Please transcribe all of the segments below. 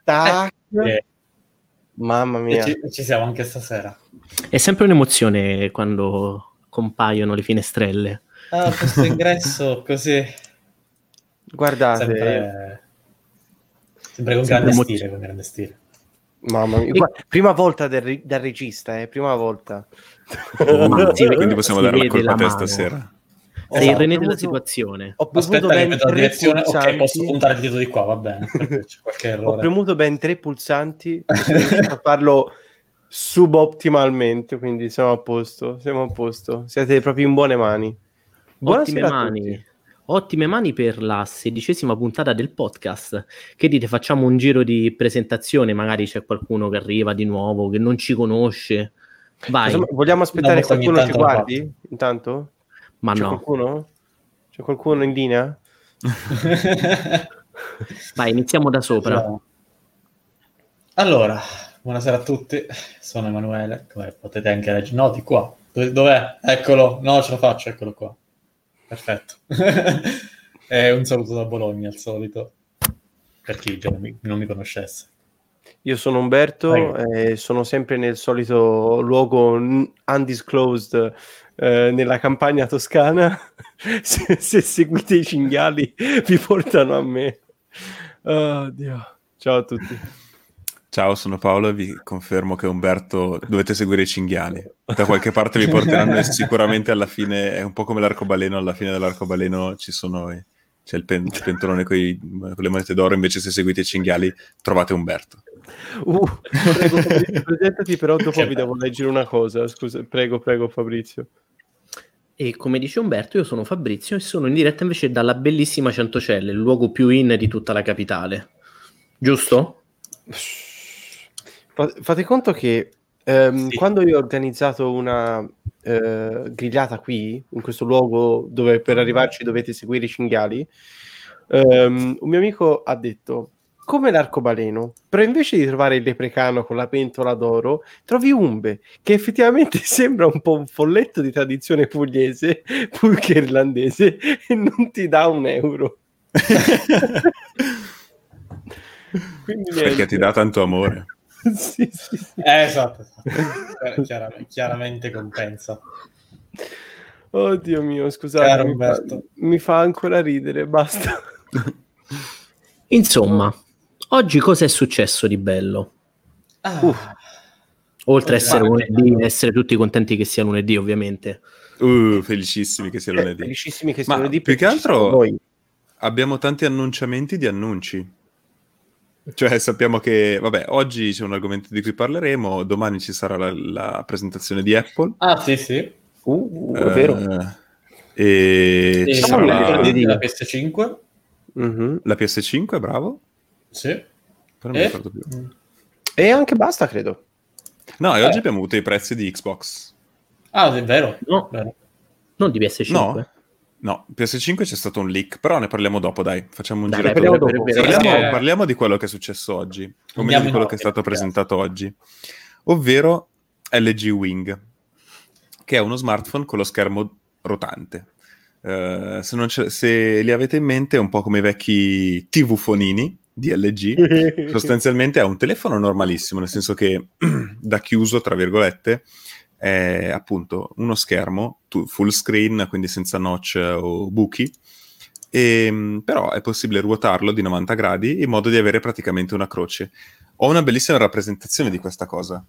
Tac. Mamma mia. Ci siamo anche stasera. È sempre un'emozione quando compaiono le finestrelle. Ah, questo ingresso così. Guardate. Sempre con grande stile. Mamma mia. Prima volta dal regista, prima volta. Quindi possiamo dare la colpa a te stasera. Sei il René della situazione. Ho premuto ben 3 pulsanti. Ok, posso puntare il dito di qua, va bene. C'è qualche errore. Ho premuto ben 3 pulsanti e sono riuscito a farlo subottimalmente, quindi siamo a posto. Siete proprio in buone mani. Ottime mani per la 16ª puntata del podcast. Che dite, facciamo un giro di presentazione, magari c'è qualcuno che arriva di nuovo, che non ci conosce. Vai. Vogliamo aspettare che qualcuno ci guardi intanto? Ma C'è no. qualcuno? C'è qualcuno in linea? Vai, iniziamo da sopra. Allora, buonasera a tutti, sono Emanuele, come potete anche leggere. No, di qua. Dov'è? Eccolo, no, ce la faccio, eccolo qua. Perfetto. Un saluto da Bologna, al solito, per chi già non mi conoscesse. Io sono Umberto e sono sempre nel solito luogo undisclosed nella campagna toscana. se seguite i cinghiali vi portano a me. Oh, Dio. Ciao a tutti. Ciao, sono Paolo e vi confermo che Umberto dovete seguire i cinghiali. Da qualche parte vi porteranno e sicuramente alla fine è un po' come l'arcobaleno, alla fine dell'arcobaleno c'è il pentolone con le monete d'oro, invece se seguite i cinghiali trovate Umberto. Prego, presentati, però dopo vi devo leggere una cosa. Scusa, prego Fabrizio. E come dice Umberto, io sono Fabrizio e sono in diretta invece dalla bellissima Centocelle, il luogo più in di tutta la capitale. Giusto? Fate conto che sì. Quando io ho organizzato una grigliata qui, in questo luogo dove per arrivarci dovete seguire i cinghiali, un mio amico ha detto: come l'arcobaleno, però invece di trovare il leprecano con la pentola d'oro, trovi Umbe, che effettivamente sembra un po' un folletto di tradizione pugliese, purché irlandese, e non ti dà €1. Quindi perché ti dà tanto amore. Sì. Esatto. Chiaramente compensa. Oddio mio, scusate, mi fa ancora ridere, basta. Insomma, oggi cosa è successo di bello? Oltre a essere lunedì, essere tutti contenti che sia lunedì, ovviamente. Felicissimi che sia lunedì. Felicissimi che sia lunedì. Più che altro abbiamo tanti annunciamenti di annunci. Cioè sappiamo che, vabbè, oggi c'è un argomento di cui parleremo, domani ci sarà la presentazione di Apple. Ah, sì. È vero. E ci sarà la PS5. Mm-hmm. La PS5, bravo. Sì. Però non mi ricordo più. E anche basta, credo. No, e oggi abbiamo avuto i prezzi di Xbox. Ah, è vero? No, vero. Non di PS5. No, PS5 c'è stato un leak, però ne parliamo dopo, dai. Facciamo un giro. Parliamo di quello che è successo oggi, o meglio di quello che è stato presentato oggi. Ovvero LG Wing, che è uno smartphone con lo schermo rotante. Se li avete in mente, è un po' come i vecchi TV-fonini di LG. Sostanzialmente è un telefono normalissimo, nel senso che da chiuso, tra virgolette, è appunto uno schermo full screen, quindi senza notch o buchi, però è possibile ruotarlo di 90 gradi in modo di avere praticamente una croce. Ho una bellissima rappresentazione di questa cosa.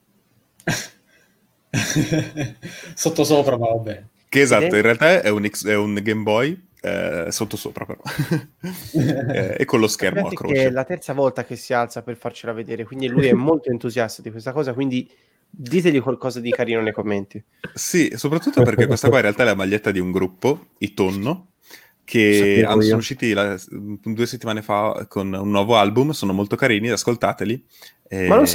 Sottosopra, ma va bene. Che esatto, in realtà è un Game Boy sottosopra però. E con lo schermo a croce. È la terza volta che si alza per farcela vedere, quindi lui è molto entusiasta di questa cosa, quindi ditegli qualcosa di carino nei commenti. Sì, soprattutto perché questa qua in realtà è la maglietta di un gruppo, i Tonno, che sono usciti 2 settimane fa con un nuovo album, sono molto carini, ascoltateli. Ma non si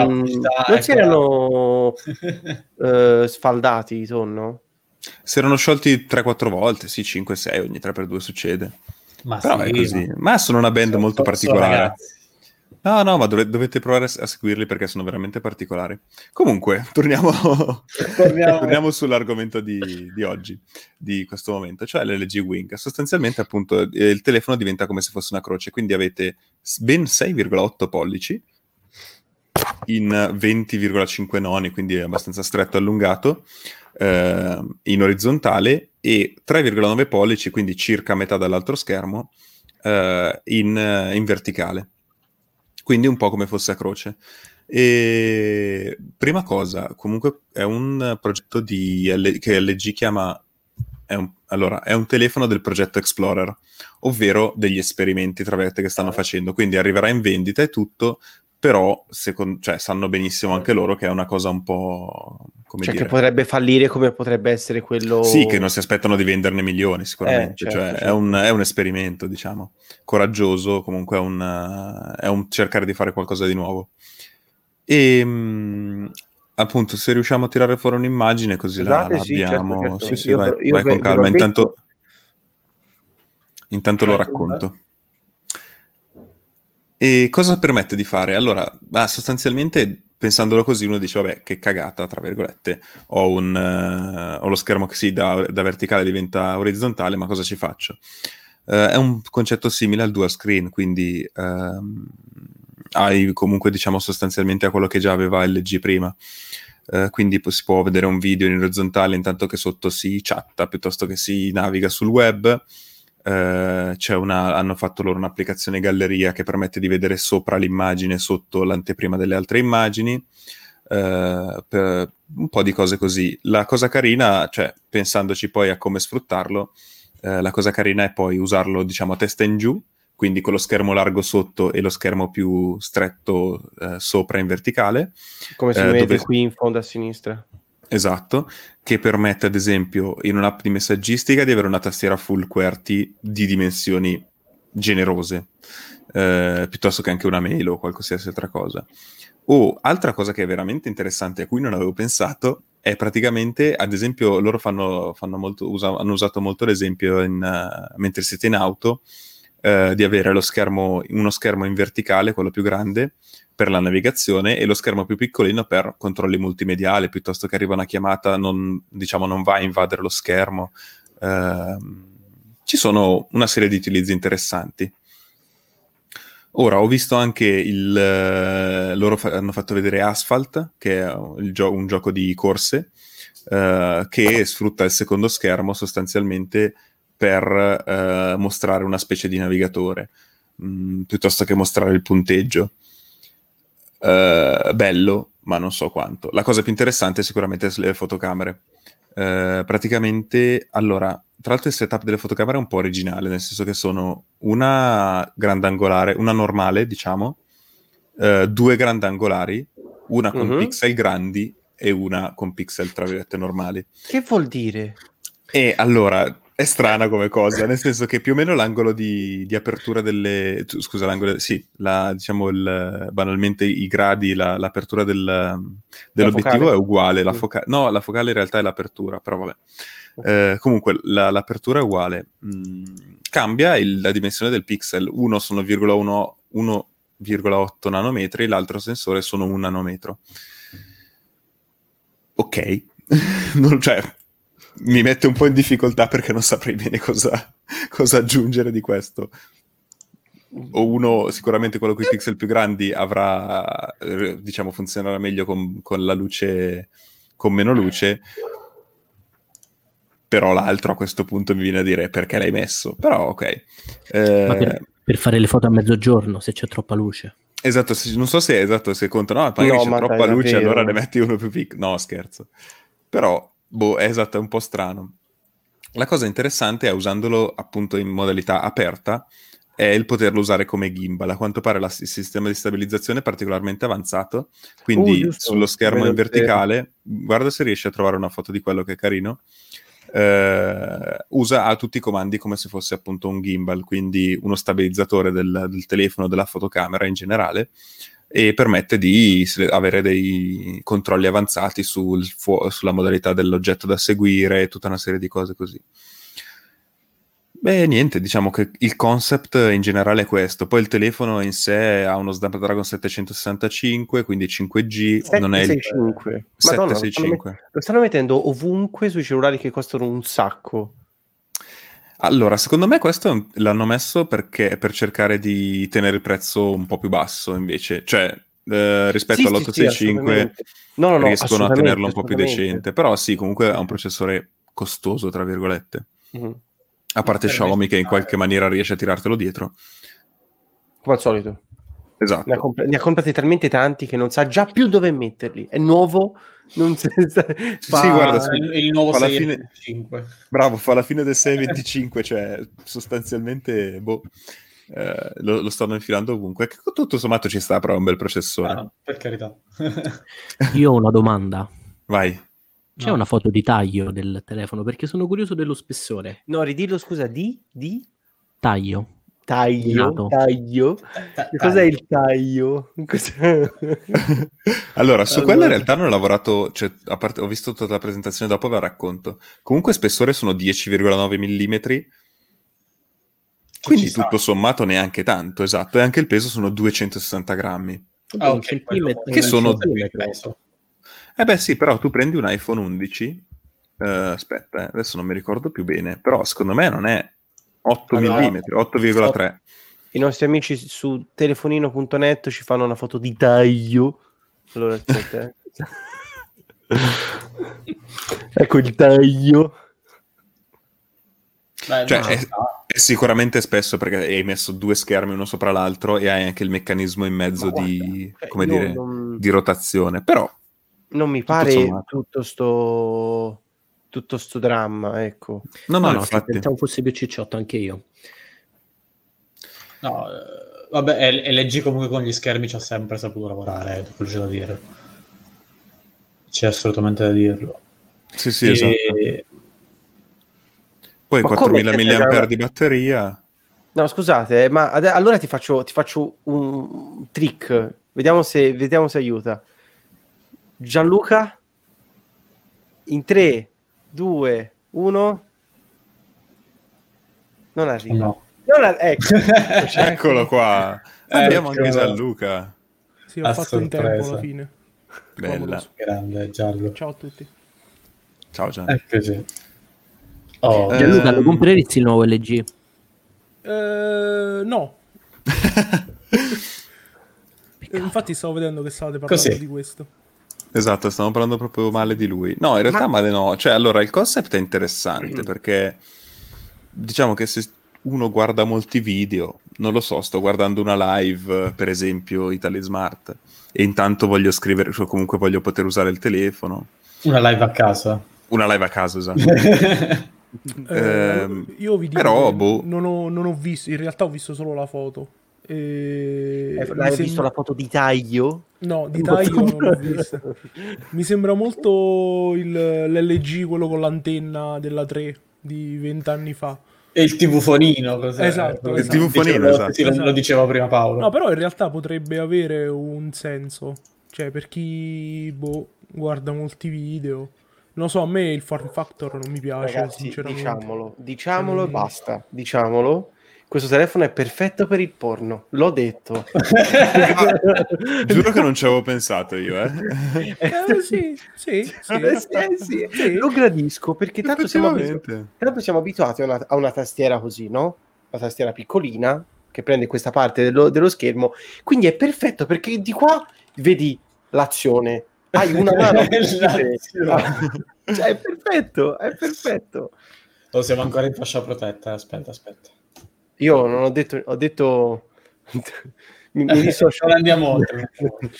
erano sfaldati i Tonno? Si erano sciolti 3-4 volte, sì, 5-6, ogni 3x2 succede. Però è così. Ma sono una band molto particolare. No, ma dovete provare a seguirli perché sono veramente particolari. Comunque, torniamo sull'argomento di oggi, di questo momento, cioè l'LG Wing. Sostanzialmente, appunto, il telefono diventa come se fosse una croce, quindi avete ben 6,8 pollici in 20,5 noni, quindi è abbastanza stretto e allungato, in orizzontale, e 3,9 pollici, quindi circa metà dall'altro schermo, in verticale, quindi un po' come fosse a croce. E prima cosa, comunque è un progetto che LG chiama, è un telefono del progetto Explorer, ovvero degli esperimenti, tra virgolette, che stanno facendo, quindi arriverà in vendita e tutto, però sanno benissimo anche loro che è una cosa un po', come dire, che potrebbe fallire, come potrebbe essere quello... Sì, che non si aspettano di venderne milioni sicuramente, certo. È un esperimento, diciamo, coraggioso, comunque è un cercare di fare qualcosa di nuovo. E appunto, se riusciamo a tirare fuori un'immagine così la abbiamo. Certo. Sì, vai con calma, intanto lo racconto. E cosa permette di fare? Allora, sostanzialmente, pensandolo così, uno dice, vabbè, che cagata, tra virgolette, ho lo schermo che da verticale diventa orizzontale, ma cosa ci faccio? È un concetto simile al dual screen, quindi hai comunque, diciamo, sostanzialmente a quello che già aveva LG prima. Quindi si può vedere un video in orizzontale intanto che sotto si chatta, piuttosto che si naviga sul web. Hanno fatto loro un'applicazione galleria che permette di vedere sopra l'immagine, sotto l'anteprima delle altre immagini, per un po' di cose così. La cosa carina, cioè pensandoci poi a come sfruttarlo, la cosa carina è poi usarlo, diciamo, a testa in giù, quindi con lo schermo largo sotto e lo schermo più stretto sopra in verticale. Come si vede qui in fondo a sinistra. Esatto, che permette ad esempio in un'app di messaggistica di avere una tastiera full QWERTY di dimensioni generose, piuttosto che anche una mail o qualsiasi altra cosa. Altra cosa che è veramente interessante, a cui non avevo pensato, è praticamente, ad esempio, loro hanno usato molto l'esempio mentre siete in auto, di avere uno schermo in verticale, quello più grande, per la navigazione, e lo schermo più piccolino per controlli multimediali, piuttosto che arriva una chiamata, non va a invadere lo schermo. Ci sono una serie di utilizzi interessanti. Ora, ho visto anche loro hanno fatto vedere Asphalt, che è un gioco di corse, che sfrutta il secondo schermo sostanzialmente per mostrare una specie di navigatore, piuttosto che mostrare il punteggio. Bello, ma non so quanto. La cosa più interessante è sicuramente le fotocamere. Praticamente, allora, tra l'altro il setup delle fotocamere è un po' originale, nel senso che sono una grandangolare, una normale, diciamo, 2 grandangolari, una con pixel grandi e una con pixel, tra virgolette, normali. Che vuol dire? E allora, è strana come cosa, nel senso che più o meno l'angolo di apertura delle... Scusa, l'angolo... Sì, diciamo banalmente i gradi, l'apertura dell'obiettivo è uguale. La focale in realtà è l'apertura, però vabbè. Comunque, l'apertura è uguale. Cambia la dimensione del pixel. Uno sono 1,8 nanometri, l'altro sensore sono 1 nanometro. Ok. Cioè... mi mette un po' in difficoltà perché non saprei bene cosa aggiungere di questo. Sicuramente quello con i pixel più grandi avrà, diciamo, funzionerà meglio con la luce, con meno luce, però l'altro a questo punto mi viene a dire perché l'hai messo, però ok. Ma per fare le foto a mezzogiorno, se c'è troppa luce. Esatto, non so se contano, magari c'è troppa luce, allora ne metti uno più piccolo. No, scherzo. Però è esatto, è un po' strano. La cosa interessante è, usandolo appunto in modalità aperta, è il poterlo usare come gimbal. A quanto pare il sistema di stabilizzazione è particolarmente avanzato, quindi sullo schermo in verticale, guarda se riesci a trovare una foto di quello che è carino, ha tutti i comandi come se fosse appunto un gimbal, quindi uno stabilizzatore del telefono, della fotocamera in generale, e permette di avere dei controlli avanzati sulla modalità dell'oggetto da seguire, tutta una serie di cose così. Beh, niente, diciamo che il concept in generale è questo. Poi il telefono in sé ha uno Snapdragon 765, quindi 5G, non è il 765. Lo stanno mettendo ovunque sui cellulari che costano un sacco. Allora, secondo me questo l'hanno messo perché per cercare di tenere il prezzo un po' più basso, invece. Cioè, rispetto all'865 no, riescono a tenerlo un po' più assolutamente. decente. Però sì, comunque è un processore costoso, tra virgolette. Mm-hmm. A parte Per Xiaomi me che in qualche maniera riesce a tirartelo dietro. Come al solito. Esatto. Ne ha comprati talmente tanti che non sa già più dove metterli. È nuovo, non si Sì, guarda, il nuovo fa la 625. Bravo, fa la fine del 625, cioè sostanzialmente lo stanno infilando ovunque. Che tutto sommato ci sta, però è un bel processore. No, per carità. Io ho una domanda. Vai. C'è una foto di taglio del telefono perché sono curioso dello spessore. No, ridillo, scusa, di? Taglio. Taglio? Cos'è il taglio? Allora, su quello in realtà hanno lavorato, cioè, a parte, ho visto tutta la presentazione dopo, ve la racconto. Comunque spessore sono 10,9 mm, quindi tutto sommato neanche tanto, esatto, e anche il peso sono 260 grammi. Un centimetro, che sono... centimetro. Beh sì, però tu prendi un iPhone 11, aspetta, adesso non mi ricordo più bene, però secondo me non è 8 mm, 8,3. I nostri amici su telefonino.net ci fanno una foto di taglio. Allora, aspetta. Ecco il taglio. Cioè, è sicuramente spesso perché hai messo due schermi uno sopra l'altro e hai anche il meccanismo in mezzo di, come dire, di rotazione, però non mi pare tutto sto dramma, ecco. No, infatti. Pensavo fosse più cicciotto anche io. No, vabbè, LG comunque con gli schermi ci ha sempre saputo lavorare, quello c'è da dire. C'è assolutamente da dirlo. Sì, esatto. Poi 4000 mAh di batteria. No, scusate, ma allora ti faccio un trick. Vediamo se aiuta. Gianluca, in 3, 2, 1. Non arriva. No. Ecco. Eccolo qua. Abbiamo anche Gianluca. Sì, ho fatto in tempo alla fine. Bella. Grande Gianluca. Ciao a tutti. Ciao Gian. Eccoci. Gianluca, lo compreresti il nuovo LG? No. Infatti stavo vedendo che stavate parlando di questo. Esatto, stiamo parlando proprio male di lui. No, in realtà male no. Cioè, allora, il concept è interessante perché diciamo che se uno guarda molti video, non lo so, sto guardando una live, per esempio, Italy Smart, e intanto voglio scrivere, cioè comunque voglio poter usare il telefono. Una live a casa. Una live a casa, esatto. Io vi dico però, non ho visto, in realtà ho visto solo la foto. Hai visto la foto di taglio? No, di taglio non l'ho vista. Mi sembra molto l'LG, quello con l'antenna della 3 di 20 anni fa. E il TV-fonino. Esatto. Il TV-fonino, esatto. Sì, lo diceva prima Paolo. No, però in realtà potrebbe avere un senso. Cioè, per chi guarda molti video. Non so, a me il form factor non mi piace, ragazzi, sinceramente. Diciamolo e basta. Diciamolo. Questo telefono è perfetto per il porno, l'ho detto. Giuro che non ci avevo pensato io, Sì. Lo gradisco perché tanto siamo abituati a una tastiera così, no? Una tastiera piccolina che prende questa parte dello schermo, quindi è perfetto perché di qua vedi l'azione, hai una mano cioè, è perfetto. Lo siamo ancora in fascia protetta, aspetta. Io non ho detto mi dissocio. Andiamo oltre.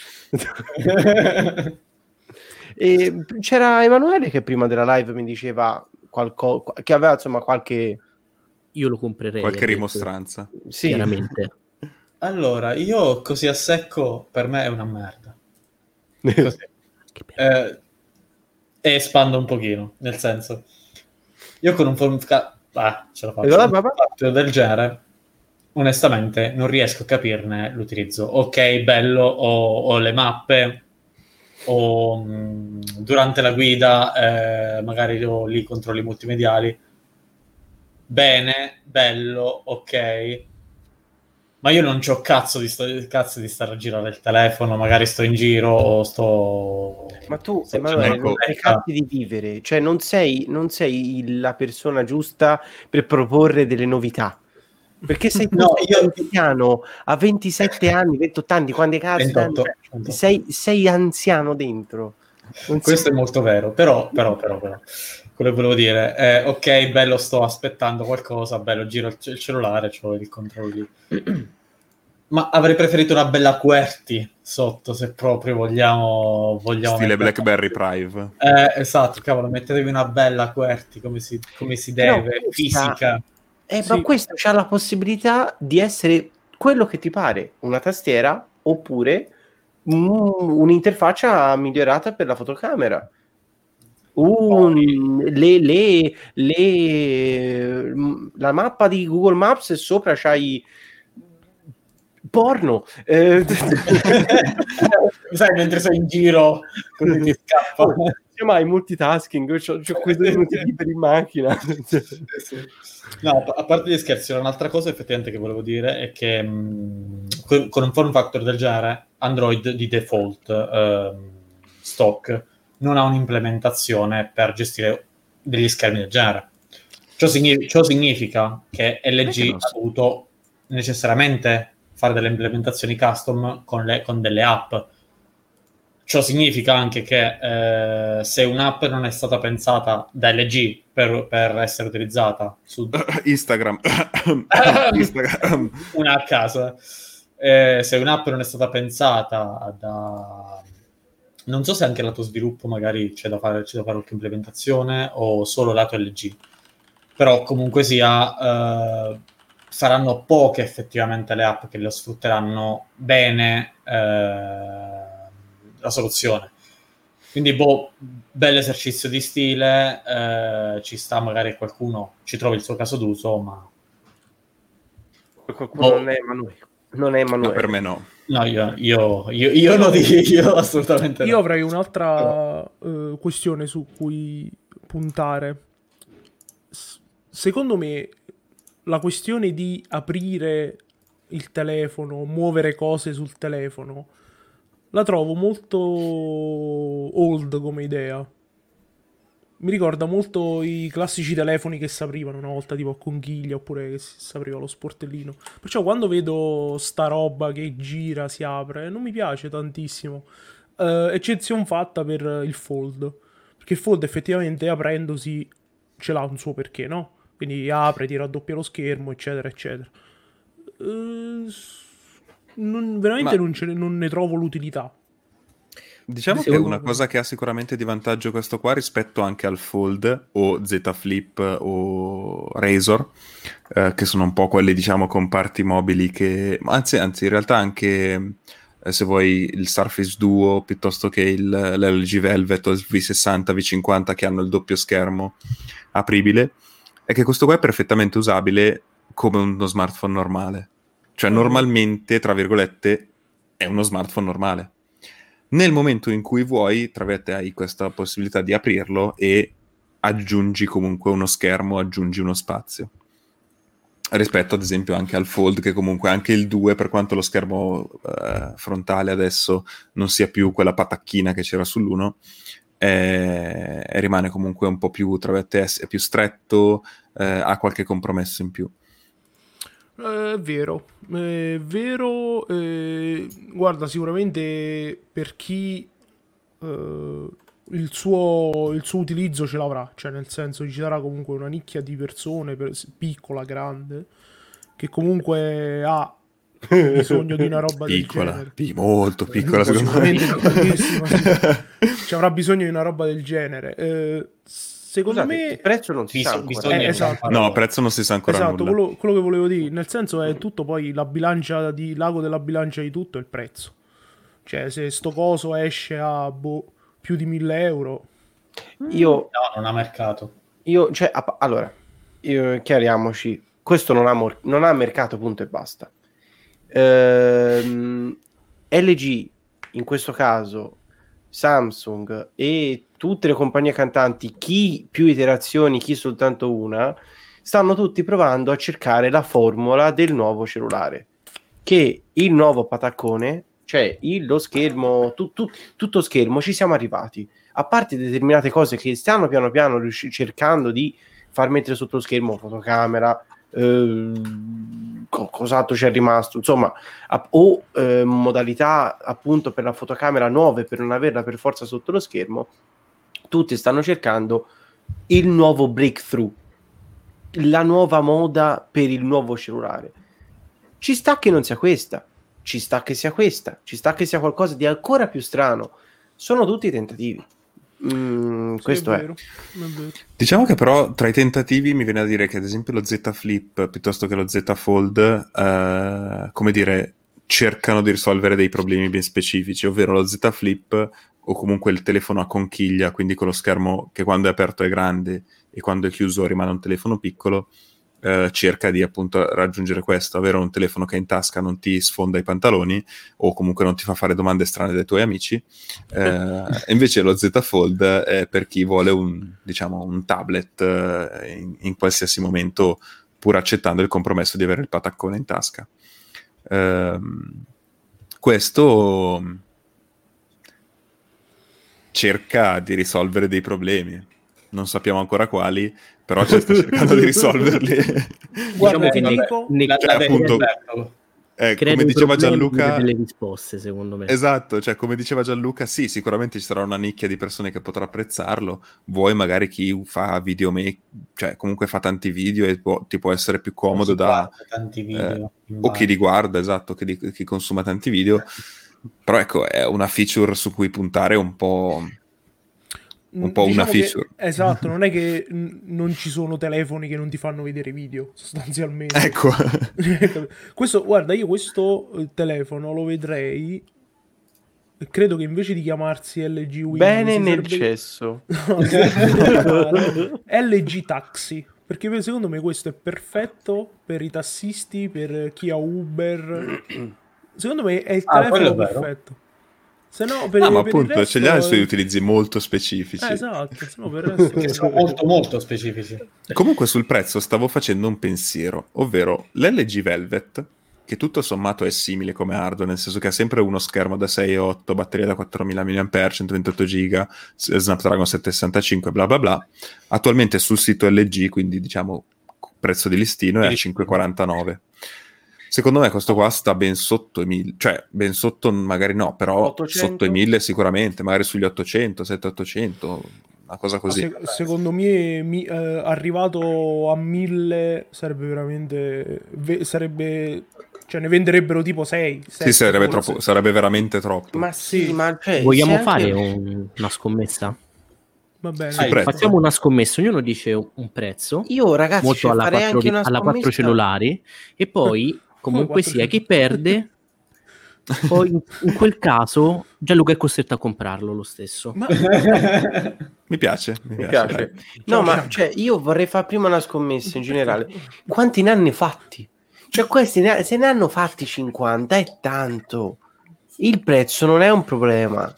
E c'era Emanuele che prima della live mi diceva che aveva insomma qualche... Io lo comprerei. Qualche rimostranza. Sì. Chiaramente. Allora, io così a secco per me è una merda. Così. E espando un pochino, nel senso, io con un form ce la faccio del genere, onestamente non riesco a capirne l'utilizzo. Ok, bello, ho le mappe, o durante la guida magari ho lì controlli multimediali, bene, bello, ok, Ma io non c'ho cazzo di stare a girare il telefono, magari sto in giro o sto... Ma tu, sto Emanuele, facendo non hai cazzi di vivere, cioè non sei la persona giusta per proporre delle novità. Perché sei No, anziano, a 27 anni, 28 anni, quante cazzo 28, anni, 28. Sei anziano dentro. Questo è molto vero, però, quello che volevo dire è, ok, bello, sto aspettando qualcosa, bello, giro il cellulare, c'ho il controllo lì. Ma avrei preferito una bella QWERTY sotto, se proprio vogliamo stile BlackBerry Prive. Esatto, cavolo, mettetevi una bella QWERTY come si deve, fisica. Ma questo c'ha la possibilità di essere quello che ti pare, una tastiera oppure un'interfaccia migliorata per la fotocamera. La mappa di Google Maps e sopra c'hai porno. Sai, mentre sei in giro così ti scappa. Mai multitasking, c'ho questo minuti liberi in macchina. No, a parte gli scherzi, un'altra cosa effettivamente che volevo dire è che con un form factor del genere Android di default stock non ha un'implementazione per gestire degli schermi del genere. Ciò significa che LG ha dovuto necessariamente fare delle implementazioni custom con delle app. Ciò significa anche che se un'app non è stata pensata da LG per essere utilizzata su Instagram una a casa, se un'app non è stata pensata da... Non so se anche lato sviluppo magari c'è da fare qualche implementazione o solo lato LG, però comunque sia saranno poche effettivamente le app che lo sfrutteranno bene la soluzione. Quindi bell'esercizio di stile, ci sta, magari qualcuno ci trova il suo caso d'uso, ma qualcuno non è Emanuele. No, per me no. No, io no, io assolutamente no. Io avrei un'altra questione su cui puntare. Secondo me la questione di aprire il telefono, muovere cose sul telefono, la trovo molto old come idea. Mi ricorda molto i classici telefoni che si aprivano una volta tipo a conchiglia, oppure che si apriva lo sportellino. Perciò quando vedo sta roba che gira, si apre, non mi piace tantissimo. Eccezione fatta per il Fold, perché il Fold effettivamente aprendosi ce l'ha un suo perché, no? Quindi apre, ti raddoppia lo schermo, eccetera, eccetera. Non ne trovo l'utilità. Diciamo che una cosa che ha sicuramente di vantaggio questo qua rispetto anche al Fold o Z Flip o Razor, che sono un po' quelli, diciamo, comparti mobili che... Anzi, in realtà anche se vuoi il Surface Duo piuttosto che l'LG Velvet o il V60, V50 che hanno il doppio schermo apribile, è che questo qua è perfettamente usabile come uno smartphone normale. Cioè normalmente, tra virgolette, è uno smartphone normale. Nel momento in cui vuoi, tra virgolette, hai questa possibilità di aprirlo e aggiungi comunque uno schermo, aggiungi uno spazio. Rispetto ad esempio anche al Fold, che comunque anche il 2, per quanto lo schermo frontale adesso non sia più quella patacchina che c'era sull'1, rimane comunque un po' più, tra virgolette, è più stretto, ha qualche compromesso in più. È vero, guarda, sicuramente per chi il suo utilizzo ce l'avrà, cioè nel senso ci sarà comunque una nicchia di persone, piccola, grande, che comunque ha bisogno di una roba piccola, del genere. Molto piccola, secondo me. Ci avrà bisogno di una roba del genere. Secondo me il prezzo non si sa ancora. Esatto. No, prezzo non si sa ancora esatto, nulla. Quello che volevo dire, nel senso è tutto poi l'ago della bilancia di tutto è il prezzo. Cioè se sto coso esce a più di 1.000 euro, no, non ha mercato. Allora, chiariamoci, questo non ha mercato, punto e basta. LG in questo caso, Samsung e tutte le compagnie cantanti, chi più iterazioni, chi soltanto una, stanno tutti provando a cercare la formula del nuovo cellulare. che il nuovo pataccone, cioè lo schermo, tutto schermo, ci siamo arrivati. A parte determinate cose che stanno piano piano cercando di far mettere sotto lo schermo, fotocamera, cos'altro c'è rimasto, insomma, modalità appunto per la fotocamera nuove per non averla per forza sotto lo schermo. Tutti stanno cercando il nuovo breakthrough, la nuova moda per il nuovo cellulare. Ci sta che non sia questa, ci sta che sia questa, ci sta che sia qualcosa di ancora più strano. Sono tutti tentativi. Questo è vero. Diciamo che però tra i tentativi mi viene a dire che ad esempio lo Z Flip piuttosto che lo Z Fold come dire, cercano di risolvere dei problemi ben specifici, ovvero lo Z Flip o comunque il telefono a conchiglia, quindi con lo schermo che quando è aperto è grande e quando è chiuso rimane un telefono piccolo, cerca di appunto raggiungere questo, avere un telefono che in tasca non ti sfonda i pantaloni o comunque non ti fa fare domande strane dai tuoi amici. Invece lo Z Fold è per chi vuole un tablet in qualsiasi momento, pur accettando il compromesso di avere il pataccone in tasca. Questo cerca di risolvere dei problemi, non sappiamo ancora quali, però ci sta cercando di risolverli. Guarda, diciamo che come diceva Gianluca, delle risposte, secondo me. Esatto, cioè come diceva Gianluca, sì, sicuramente ci sarà una nicchia di persone che potrà apprezzarlo. Vuoi magari chi fa cioè comunque fa tanti video e ti può essere più comodo tanti video, o chi li guarda, esatto, chi consuma tanti video. Però ecco, è una feature su cui puntare un po' diciamo una feature. Esatto, non è che non ci sono telefoni che non ti fanno vedere video, sostanzialmente. Ecco. Guarda, io questo telefono lo vedrei, credo che invece di chiamarsi LG Wing bene nel cesso. LG Taxi, perché secondo me questo è perfetto per i tassisti, per chi ha Uber. Secondo me è il telefono perfetto. Se no, ma appunto ce li ha i suoi utilizzi molto specifici. Esatto, se no per il resto che sono molto molto specifici. Comunque sul prezzo stavo facendo un pensiero, ovvero l'LG Velvet, che tutto sommato è simile come hardware, nel senso che ha sempre uno schermo da 6.8, batteria da 4000 mAh, 128 GB, Snapdragon 765, bla bla bla. Attualmente sul sito LG, quindi diciamo prezzo di listino, è a 549. Secondo me questo qua sta ben sotto i 1000, cioè ben sotto magari no, però 800? sotto i 1000 sicuramente, magari sugli 800, 700, una cosa così. Secondo me arrivato a 1000 sarebbe veramente cioè ne venderebbero tipo 6. Sì, sarebbe veramente troppo. Ma sì, ma cioè, vogliamo fare una scommessa? Va bene. Facciamo una scommessa, ognuno dice un prezzo. Io ragazzi molto alla 4 cellulari e poi comunque sia chi perde poi in quel caso Gianluca è costretto a comprarlo lo stesso. Mi piace. No, ma cioè io vorrei fare prima una scommessa in generale. Quanti ne hanno fatti? Cioè questi se ne hanno fatti 50 è tanto. Il prezzo non è un problema.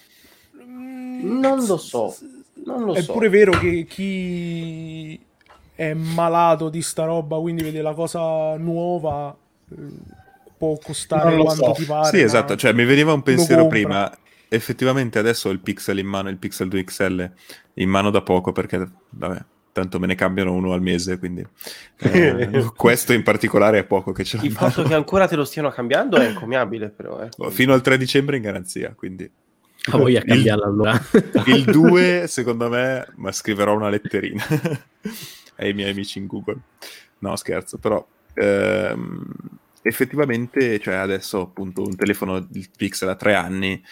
Non lo so. È pure vero che chi è malato di sta roba, quindi vede la cosa nuova, può costare quanto ti pare. Sì, esatto, cioè mi veniva un pensiero prima. Effettivamente adesso ho il Pixel in mano, il Pixel 2 XL in mano da poco, perché vabbè, tanto me ne cambiano uno al mese, quindi questo in particolare è poco che ce l'ho. Il fatto che ancora te lo stiano cambiando è encomiabile, però. Fino al 3 dicembre in garanzia, quindi... Voglio cambiarla allora. Il 2 secondo me, ma scriverò una letterina ai miei amici in Google. No, scherzo, però effettivamente, cioè adesso appunto un telefono, il Pixel ha 3 anni,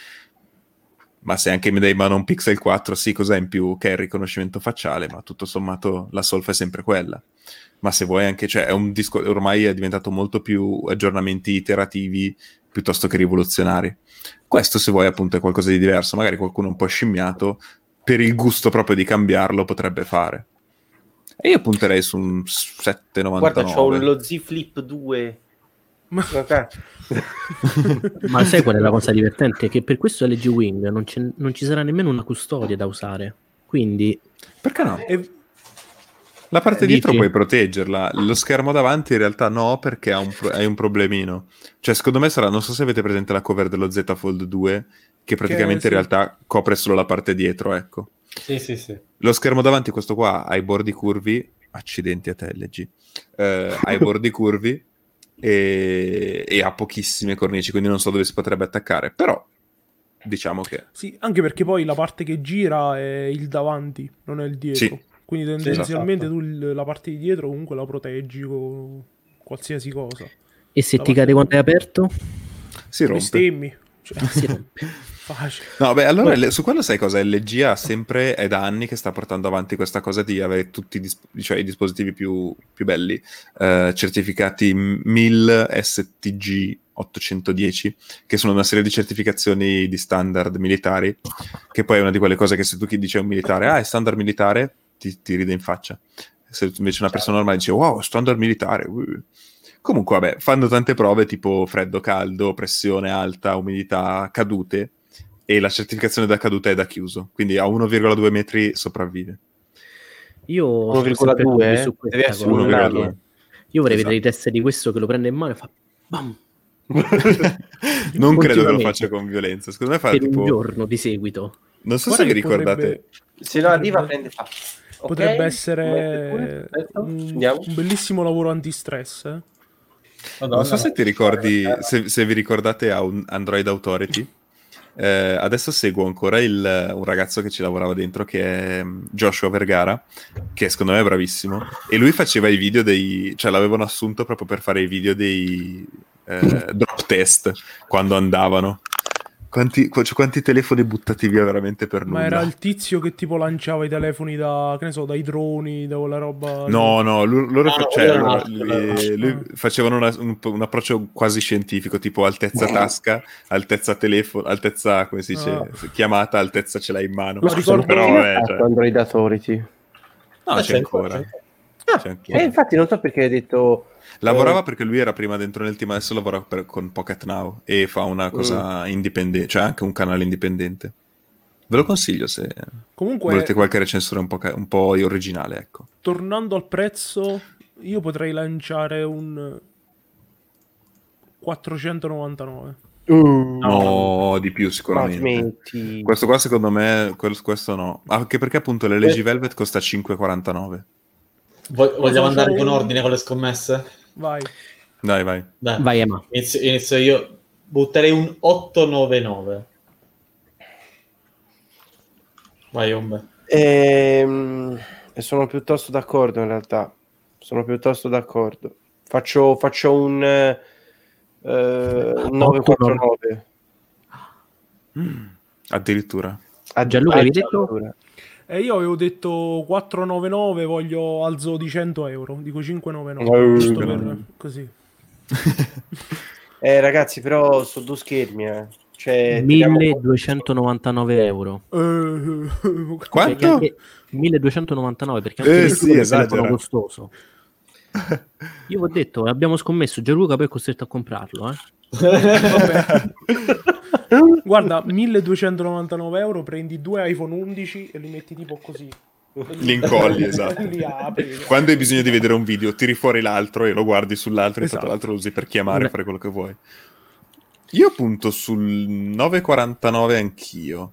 ma se anche mi dai in mano un Pixel 4, sì, cos'è in più? Che è il riconoscimento facciale, ma tutto sommato la solfa è sempre quella. Ma se vuoi anche, cioè è un disco, ormai è diventato molto più aggiornamenti iterativi piuttosto che rivoluzionari. Questo, se vuoi, appunto è qualcosa di diverso, magari qualcuno un po' scimmiato per il gusto proprio di cambiarlo potrebbe fare. E io punterei su un 7,99. Guarda, c'ho lo Z Flip 2. Ma sai qual è la cosa divertente? Che per questo LG Wing non ci sarà nemmeno una custodia da usare, quindi perché no? La parte dietro Dici? puoi proteggerla, lo schermo davanti in realtà no, perché hai un problemino. Cioè, secondo me sarà, non so se avete presente la cover dello Z Fold 2, che praticamente sì. in realtà copre solo la parte dietro, ecco. Sì. Lo schermo davanti, questo qua, ha i bordi curvi, accidenti a te LG, ha i bordi curvi e ha pochissime cornici, quindi non so dove si potrebbe attaccare, però diciamo che... Sì, anche perché poi la parte che gira è il davanti, non è il dietro. Sì. Quindi Sì, tendenzialmente esatto. tu la parte di dietro comunque la proteggi con qualsiasi cosa. E se La ti parte cade quando è aperto? Si rompe. bestemmi. Cioè, Si rompe. facile. No, beh, allora su quello sai cosa? LG ha sempre, è da anni che sta portando avanti questa cosa di avere tutti cioè, i dispositivi più belli, certificati 1000 STG 810, che sono una serie di certificazioni di standard militari, che poi è una di quelle cose che se tu chi dice a un militare, è standard militare, ti ride in faccia. Se invece una persona normale dice, wow, standard militare, Comunque, vabbè, fanno tante prove tipo freddo, caldo, pressione alta, umidità, cadute, e la certificazione da caduta è da chiuso, quindi a 1,2 metri sopravvive. Io sono sempre 1,2, dubbio su deve questa essere cosa. 1,2. Perché io vorrei Esatto. vedere i test di questo che lo prende in mano e fa bam! Non credo che lo Continuamente. faccia con violenza, secondo me fa Per tipo... un giorno di seguito. Non so Guarda se vi che ricordate... Se no arriva, prende fa. Potrebbe Ok, essere aspetta, un scendiamo. bellissimo lavoro antistress. Non so se ti ricordi, se vi ricordate a un Android Authority. Adesso seguo ancora un ragazzo che ci lavorava dentro, che è Joshua Vergara, che secondo me è bravissimo, e lui faceva i video cioè l'avevano assunto proprio per fare i video dei drop test quando andavano. Quanti telefoni buttati via veramente per Ma nulla. era il tizio che tipo lanciava i telefoni che ne so, dai droni, da quella roba. No, loro quello era un altro, lui facevano un approccio quasi scientifico, tipo altezza tasca, altezza telefono, altezza, come si dice, chiamata, altezza ce l'hai in mano. Ma ricordo- Però, Fine ha vabbè, fatto Android Authority. no, c'è ancora. C'è ancora. Infatti non so perché hai detto... Lavorava perché lui era prima dentro nel team, adesso lavora con Pocket Now e fa una cosa indipendente, cioè anche un canale indipendente. Ve lo consiglio se Comunque, volete qualche recensore un po' originale, ecco. tornando al prezzo, io potrei lanciare un 499. No, di più sicuramente. smetti. Questo qua secondo me, questo no. Anche perché appunto l'LG Velvet costa 5,49. Vogliamo andare con ordine con le scommesse? Vai. Vai. Dai. Vai, Emma. Inizio io. Butterei un 899. Vai, Ombe. E sono piuttosto d'accordo in realtà. Sono piuttosto d'accordo. Faccio un 949. Addirittura. Gianluca, avevi detto? Io avevo detto 499, voglio alzo di 100 euro. Dico 599. Giusto per così. Ragazzi, però sono due schermi. Cioè, teniamo 1299 euro. Quanto? Cioè, anche 1299 perché anche sì, è un esagera. telefono costoso. Io vi ho detto, abbiamo scommesso, Gianluca poi è costretto a comprarlo. Guarda, 1299 euro, prendi 2 iPhone 11 e li metti tipo così. Li incolli, esatto. Li apri. Quando hai bisogno di vedere un video, tiri fuori l'altro e lo guardi sull'altro, Esatto. e tanto l'altro lo usi per chiamare, fare quello che vuoi. Io punto sul 9,49 anch'io.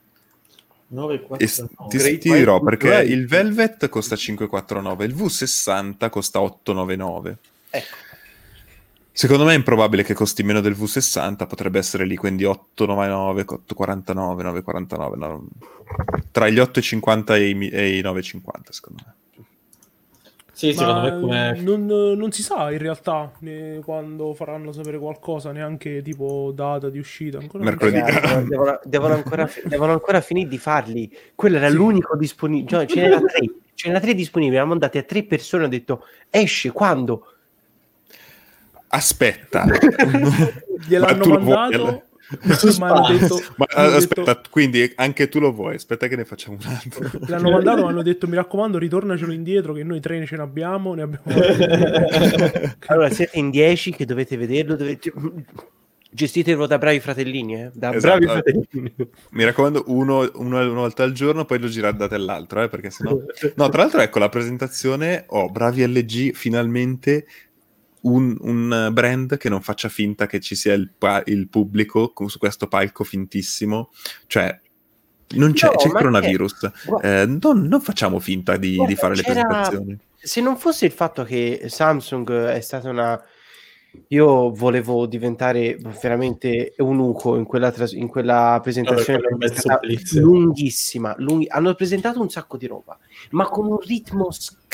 949. Ti dirò perché il Velvet costa 5,49, il V60 costa 8,99. Ecco. Secondo me è improbabile che costi meno del V60, potrebbe essere lì, quindi 8,99, 8,49, 9,49, no. Tra gli 8,50 e i 9,50 secondo me. Sì, secondo me come... non si sa in realtà quando faranno sapere qualcosa, neanche tipo data di uscita. Ancora Mercoledì. Ragazzi, devono ancora finire di farli. Quello era l'unico disponibile. Cioè, ce n'era tre disponibili. Eravamo andati a 3 persone. Ho detto esce quando? Aspetta. Gliel'hanno mandato. Ma hanno detto, aspetta, quindi anche tu lo vuoi? Aspetta che ne facciamo un altro. L'hanno mandato, ma hanno detto mi raccomando ritornacelo indietro che noi 3 ce ne abbiamo. Allora siete in 10 che dovete vederlo. Gestitelo da bravi fratellini, da Esatto. bravi fratellini. Mi raccomando, una volta al giorno, poi lo girate all'altro, perché sennò... No, tra l'altro, ecco, la presentazione, bravi LG, finalmente un brand che non faccia finta che ci sia il pubblico su questo palco fintissimo, cioè non c'è il coronavirus, non facciamo finta di fare le presentazioni. Se non fosse il fatto che Samsung è stata io volevo diventare veramente eunuco in quella presentazione lunghissima. Hanno presentato un sacco di roba, ma con un ritmo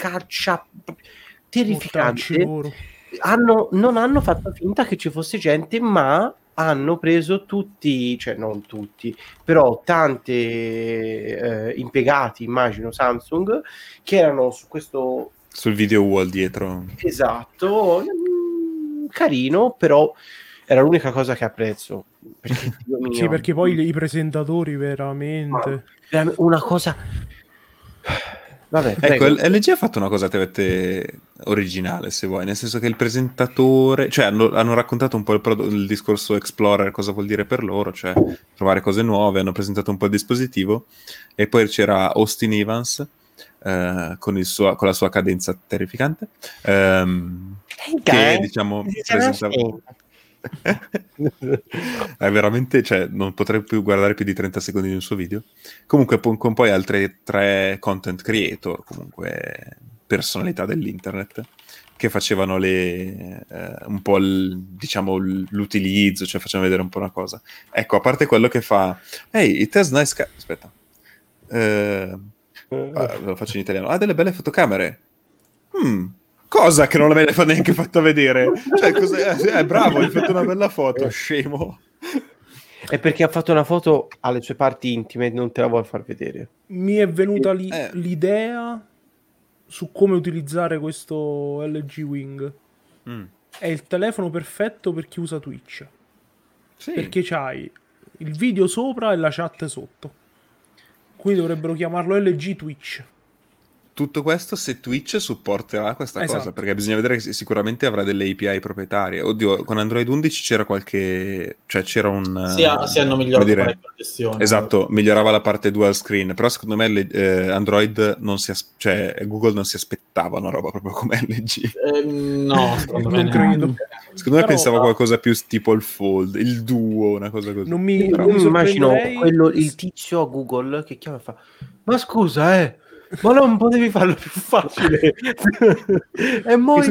terrificante. Non hanno fatto finta che ci fosse gente, ma hanno preso tutti, cioè non tutti, però tante impiegati, immagino Samsung, che erano sul video wall dietro. Esatto, carino, però era l'unica cosa che apprezzo. Perché, sì, perché poi i presentatori veramente una cosa. Vabbè, ecco, LG ha fatto una cosa originale, se vuoi, nel senso che il presentatore, cioè hanno raccontato un po' il discorso Explorer, cosa vuol dire per loro, cioè provare cose nuove, hanno presentato un po' il dispositivo, e poi c'era Austin Evans con la sua cadenza terrificante, che diciamo presentava... È veramente, cioè, non potrei più guardare più di 30 secondi di un suo video. Comunque con poi altre 3 content creator, comunque personalità dell'internet, che facevano un po' l'utilizzo, cioè facevano vedere un po' una cosa. Ecco, a parte quello che fa hey, it has nice aspetta, lo faccio in italiano, ha delle belle fotocamere. Cosa che non l'avete neanche fatto vedere, cioè è bravo, hai fatto una bella foto, scemo. È perché ha fatto una foto alle sue parti intime e non te la vuol far vedere. Mi è venuta l'idea su come utilizzare questo LG Wing. È il telefono perfetto per chi usa Twitch, sì. Perché c'hai il video sopra e la chat sotto, quindi dovrebbero chiamarlo LG Twitch. Tutto questo se Twitch supporterà questa cosa, perché bisogna vedere che sicuramente avrà delle API proprietarie. Oddio, con Android 11 c'era c'era un... Sì, hanno migliorato la gestione. Esatto, migliorava la parte dual screen, però secondo me Android Google non si aspettava una roba proprio come LG. No, secondo me non credo. Secondo me pensavo qualcosa più tipo il Fold, il Duo, una cosa così. Non mi immagino il tizio a Google che chiama e fa: ma scusa, ma non potevi farlo più facile? E noi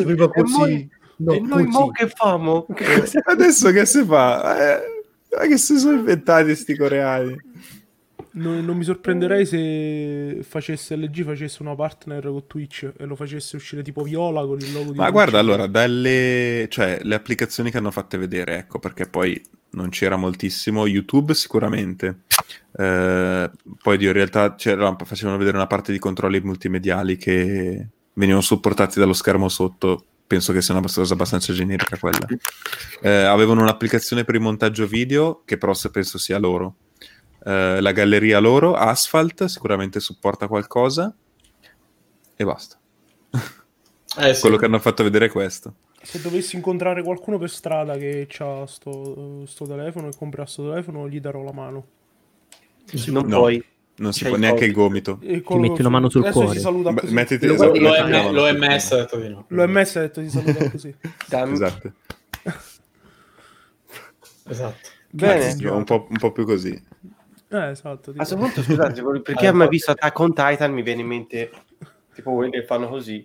che famo? Adesso che si fa? Che si sono inventati sti coreani? Non mi sorprenderei se LG facesse una partner con Twitch e lo facesse uscire tipo viola con il logo di Twitch. Guarda, allora, le applicazioni che hanno fatte vedere, ecco, perché poi non c'era moltissimo. YouTube sicuramente, poi in realtà facevano vedere una parte di controlli multimediali che venivano supportati dallo schermo sotto. Penso che sia una cosa abbastanza generica quella. Avevano un'applicazione per il montaggio video che però penso sia loro. La galleria loro, Asphalt sicuramente supporta qualcosa e basta. Sì. Quello che hanno fatto vedere è questo. Se dovessi incontrare qualcuno per strada che ha sto telefono e compra sto telefono, gli darò la mano. Non puoi. Non si può neanche il gomito. Ti metti una mano sul cuore. Si saluta così. L'OMS ha detto di no. L'OMS ha detto di salutare così. Esatto. Bene. Un po' più così. Esatto. A questo punto, scusate, perché ha mai visto Attack on Titan mi viene in mente tipo quelli che fanno così.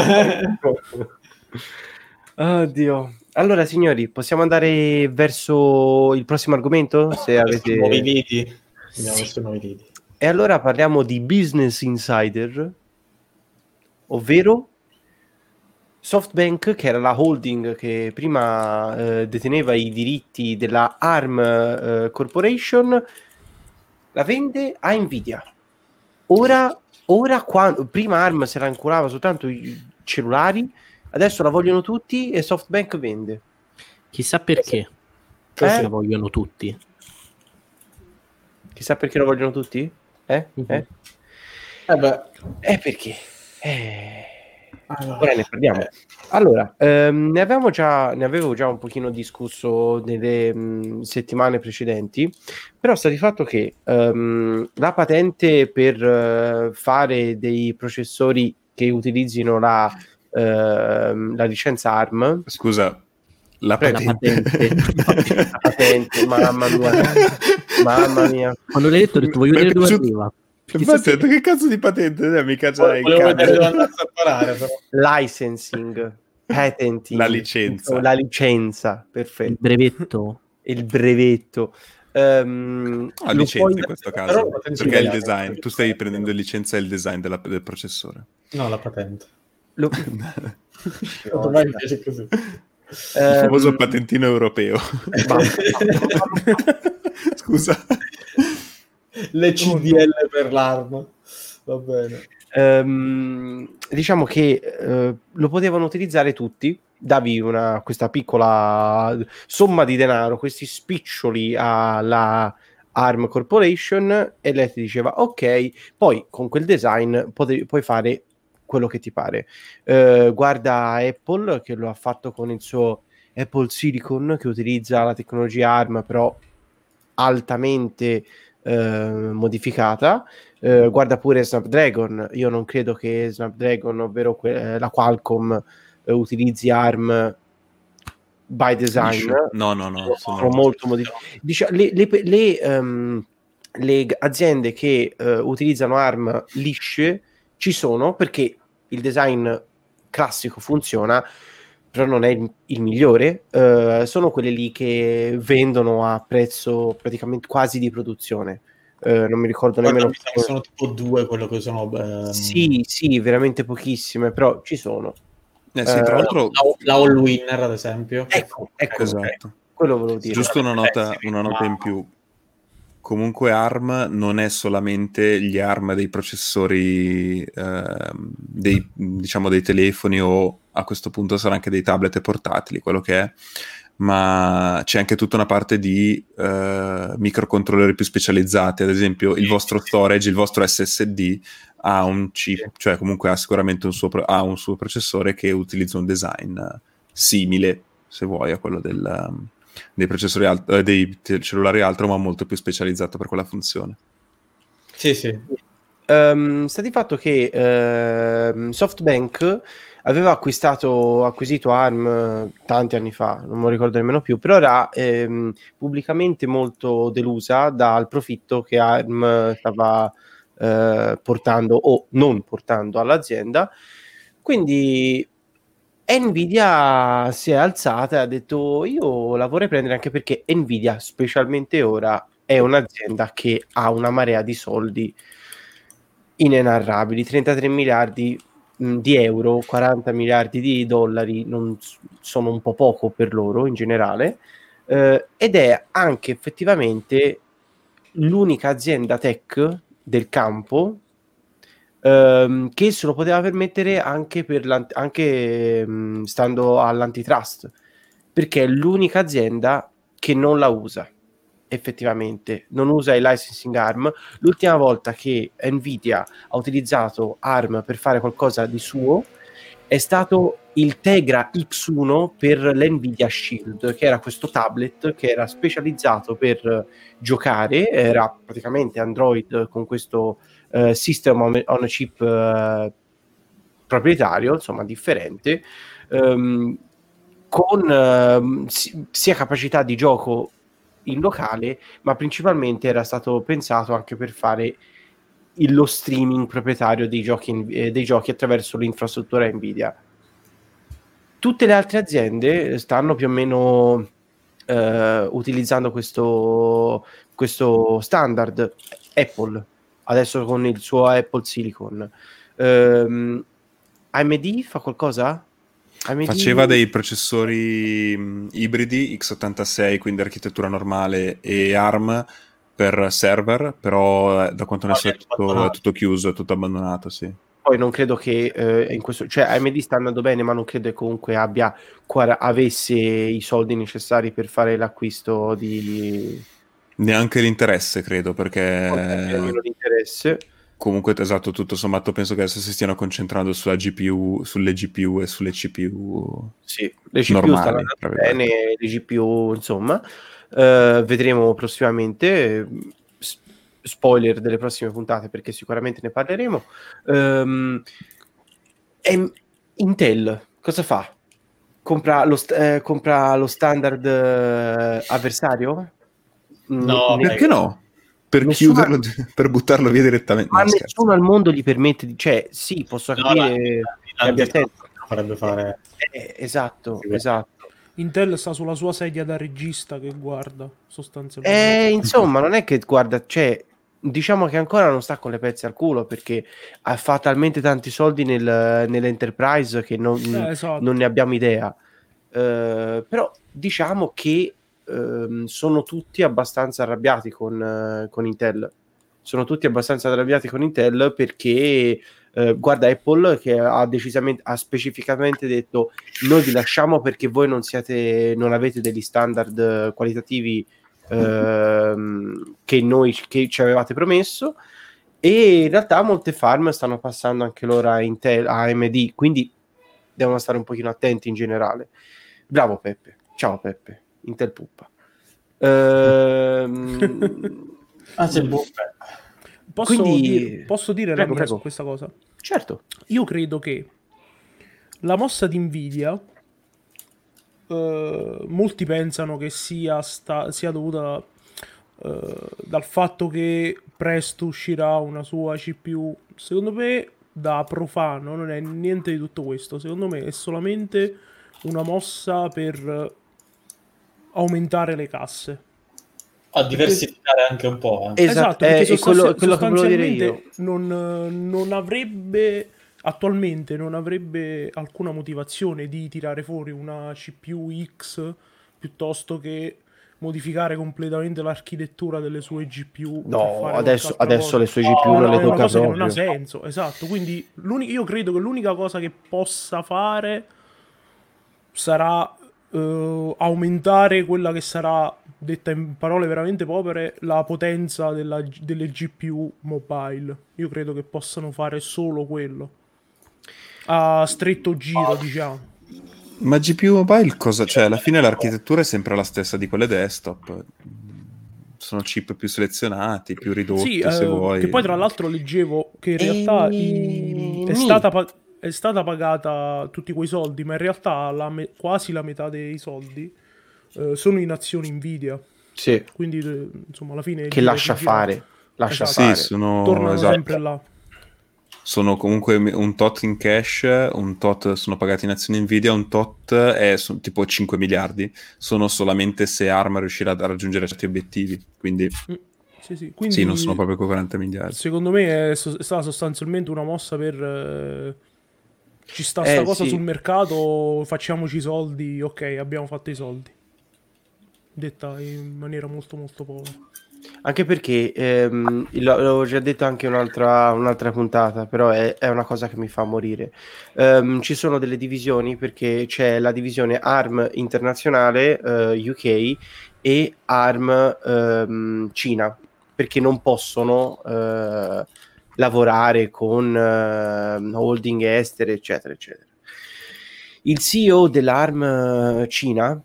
Oddio. Allora, signori, possiamo andare verso il prossimo argomento? Se avete nuovi lidi. Nuovi lidi. E allora parliamo di Business Insider, ovvero SoftBank, che era la holding che prima deteneva i diritti della ARM Corporation, la vende a Nvidia. Ora prima ARM se la inculava soltanto i cellulari, adesso la vogliono tutti e SoftBank vende. Chissà perché la vogliono tutti. Chissà perché lo vogliono tutti? Perché? Ora ne parliamo. Allora, ne avevo già un pochino discusso nelle settimane precedenti, però sta di fatto che la patente per fare dei processori che utilizzino la licenza ARM. Scusa, la patente. La patente, mamma mia. Quando l'hai detto ho detto voglio vedere dove arriva. Infatti, ho detto, che cazzo di patente? Mica già il Volevo vedere dove cazzo. andarsi a parare, però. Licensing, patenting, La licenza. la licenza, perfetto. Il brevetto. Il brevetto. La licenza in questo caso, però perché è il design. Tu stai prendendo licenza e il design del processore. No, la patente. Lo... Ormai mi piace così. Il famoso patentino europeo. Scusa. Le CDL per l'ARM. Va bene. Diciamo che lo potevano utilizzare tutti. Davi questa piccola somma di denaro, questi spiccioli alla ARM Corporation e lei ti diceva ok, poi con quel design puoi fare quello che ti pare. Guarda Apple che lo ha fatto con il suo Apple Silicon, che utilizza la tecnologia ARM però altamente modificata. Guarda pure Snapdragon. Io non credo che Snapdragon, ovvero la Qualcomm, utilizzi ARM by design. No, sono molto modificati. Le aziende che utilizzano ARM lisce ci sono, perché il design classico funziona, però non è il migliore. Sono quelle lì che vendono a prezzo praticamente quasi di produzione. Non mi ricordo nemmeno. Sono tipo 2 quello che sono. Sì, veramente pochissime, però ci sono. Sì, tra l'altro la All Winner, ad esempio. Ecco, esatto. Quello volevo dire. Giusto una nota in più. Comunque ARM non è solamente gli ARM dei processori dei telefoni, o a questo punto sarà anche dei tablet e portatili, quello che è, ma c'è anche tutta una parte di microcontroller più specializzati. Ad esempio il vostro storage, il vostro SSD ha un chip, cioè comunque ha sicuramente un suo processore che utilizza un design simile, se vuoi, a quello dei processori dei cellulari altro, ma molto più specializzato per quella funzione. Sì. Sta di fatto che SoftBank aveva acquisito ARM tanti anni fa, non me lo ricordo nemmeno più, però era pubblicamente molto delusa dal profitto che ARM stava portando o non portando all'azienda. Quindi Nvidia si è alzata e ha detto io la vorrei prendere, anche perché Nvidia, specialmente ora, è un'azienda che ha una marea di soldi inenarrabili, 33 miliardi di euro, 40 miliardi di dollari non sono un po' poco per loro in generale, ed è anche effettivamente l'unica azienda tech del campo che se lo poteva permettere anche stando all'antitrust, perché è l'unica azienda che non la usa effettivamente, non usa il licensing ARM. L'ultima volta che Nvidia ha utilizzato ARM per fare qualcosa di suo è stato il Tegra X1 per l'Nvidia Shield, che era questo tablet che era specializzato per giocare, era praticamente Android con questo system on a chip proprietario, insomma differente, con sia capacità di gioco in locale, ma principalmente era stato pensato anche per fare lo streaming proprietario dei giochi attraverso l'infrastruttura Nvidia. Tutte le altre aziende stanno più o meno utilizzando questo standard. Apple adesso con il suo Apple Silicon, AMD fa qualcosa? AMD... Faceva dei processori ibridi x86, quindi architettura normale, e ARM per server, però da quanto ne so è tutto chiuso, è tutto abbandonato, sì. Poi non credo che in questo, cioè AMD sta andando bene, ma non credo che comunque avesse i soldi necessari per fare l'acquisto di... Neanche l'interesse, credo, perché... Nemmeno l'interesse. Comunque, esatto, tutto sommato penso che adesso si stiano concentrando sulla GPU, sulle GPU e sulle CPU Sì, le CPU normali, stanno tra andando bene, virgolette. le GPU, insomma, vedremo prossimamente, spoiler delle prossime puntate perché sicuramente ne parleremo. Intel cosa fa? Compra lo standard avversario? No, Perché no? Per Nessuna- chiuderlo, per buttarlo via direttamente. ma No, scherzo. nessuno al mondo gli permette di... Cioè, sì, posso no, capire che abbia senso. farebbe fare... Esatto, esatto. Intel sta sulla sua sedia da regista che guarda, sostanzialmente. Insomma, non è che guarda, cioè, diciamo che ancora non sta con le pezze al culo perché fa talmente tanti soldi nell'enterprise che Esatto. non ne abbiamo idea. Però diciamo che sono tutti abbastanza arrabbiati con Intel. Sono tutti abbastanza arrabbiati con Intel perché guarda, Apple che ha specificamente detto: noi vi lasciamo perché voi non avete degli standard qualitativi che ci avevate promesso, e in realtà molte farm stanno passando anche loro a AMD, quindi devono stare un pochino attenti in generale. Bravo Peppe, ciao Peppe, Intel puppa. Posso dire la mia su questa cosa? Certo. Io credo che la mossa di Nvidia, molti pensano che sia dovuta dal fatto che presto uscirà una sua CPU. Secondo me, da profano, non è niente di tutto questo. Secondo me è solamente una mossa per aumentare le casse. A diversificare anche un po'. Esatto, perché quello che volevo dire io. Non avrebbe... Attualmente non avrebbe alcuna motivazione di tirare fuori una CPU X piuttosto che modificare completamente l'architettura delle sue GPU. No, adesso le sue GPU non le tocca è una cosa proprio. che non ha senso, esatto. Quindi io credo che l'unica cosa che possa fare sarà aumentare quella che sarà, detta in parole veramente povere, la potenza delle GPU mobile. Io credo che possano fare solo quello. A stretto giro, diciamo. Ma GPU mobile cosa? Cioè, alla fine l'architettura è sempre la stessa di quelle desktop. Sono chip più selezionati, più ridotti, Sì, se vuoi. che poi tra l'altro leggevo che in realtà è stata pagata tutti quei soldi, ma in realtà quasi la metà dei soldi sono in azioni Nvidia. Sì. Quindi insomma alla fine che lascia fare. Esatto. Fare. Sì, sono tornano sempre là. Sono comunque un tot in cash, un tot sono pagati in azioni Nvidia, un tot è tipo 5 miliardi. Sono solamente se ARM riuscirà a raggiungere certi obiettivi. Quindi Quindi sì, non sono proprio 40 miliardi. Secondo me è stata sostanzialmente una mossa per... ci sta sta cosa sul mercato, facciamoci i soldi, ok, abbiamo fatto i soldi. Detta in maniera molto molto povera. Anche perché l'ho già detto anche un'altra puntata, però è una cosa che mi fa morire. Ci sono delle divisioni, perché c'è la divisione ARM internazionale UK e ARM Cina, perché non possono lavorare con holding estere, eccetera, eccetera. Il CEO dell'ARM Cina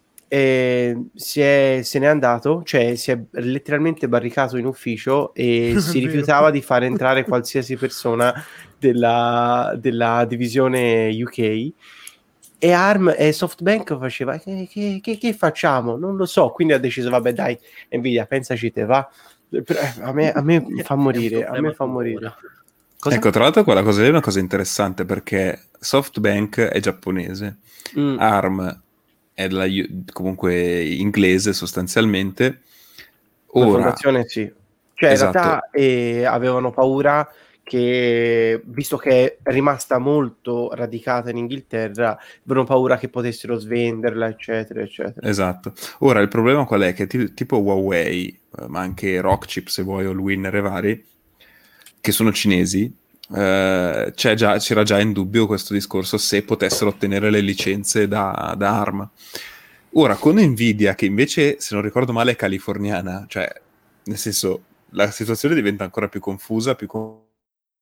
se n'è andato, cioè si è letteralmente barricato in ufficio e si rifiutava di far entrare qualsiasi persona della divisione UK, e ARM e SoftBank faceva che facciamo? Non lo so, quindi ha deciso vabbè dai Nvidia, pensaci te, va. A me fa morire, a me fa morire. Cosa? Ecco, tra l'altro quella cosa lì è una cosa interessante, perché SoftBank è giapponese, ARM è comunque inglese sostanzialmente. La fondazione sì. Cioè esatto. in realtà avevano paura che, visto che è rimasta molto radicata in Inghilterra, avevano paura che potessero svenderla, eccetera, eccetera. Esatto. Ora il problema qual è? Che tipo Huawei, ma anche Rockchip se vuoi, o il Winner e vari, che sono cinesi, c'era già in dubbio questo discorso se potessero ottenere le licenze da ARM. Ora con Nvidia, che invece se non ricordo male è californiana, cioè nel senso la situazione diventa ancora più confusa, più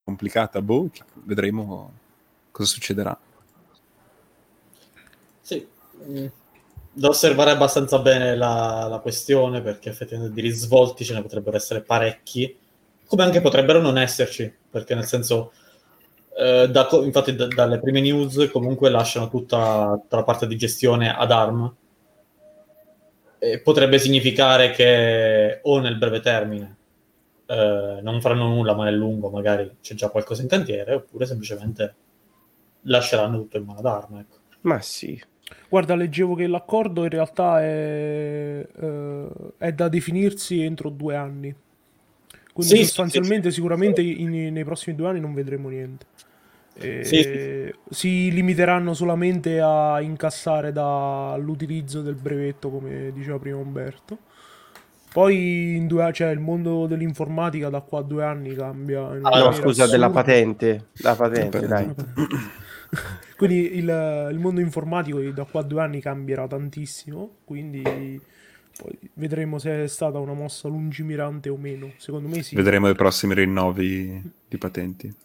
complicata, vedremo cosa succederà. Sì, da osservare abbastanza bene la questione, perché effettivamente di risvolti ce ne potrebbero essere parecchi, come anche potrebbero non esserci, perché nel senso, infatti dalle prime news comunque lasciano tutta la parte di gestione ad ARM, e potrebbe significare che o nel breve termine non faranno nulla, ma nel lungo magari c'è già qualcosa in cantiere, oppure semplicemente lasceranno tutto in mano ad ARM, ecco. Ma sì. Guarda, leggevo che l'accordo in realtà è da definirsi entro 2 anni. Quindi Sì, sostanzialmente sicuramente nei prossimi 2 anni non vedremo niente. Sì. Si limiteranno solamente a incassare dall'utilizzo del brevetto, come diceva prima Umberto. Poi cioè, il mondo dell'informatica da qua a 2 anni cambia in una No, maniera scusa, della assurda. patente. La patente, dai. Quindi il mondo informatico da qua a 2 anni cambierà tantissimo, quindi poi vedremo se è stata una mossa lungimirante o meno. Secondo me sì. Vedremo i prossimi rinnovi di patenti.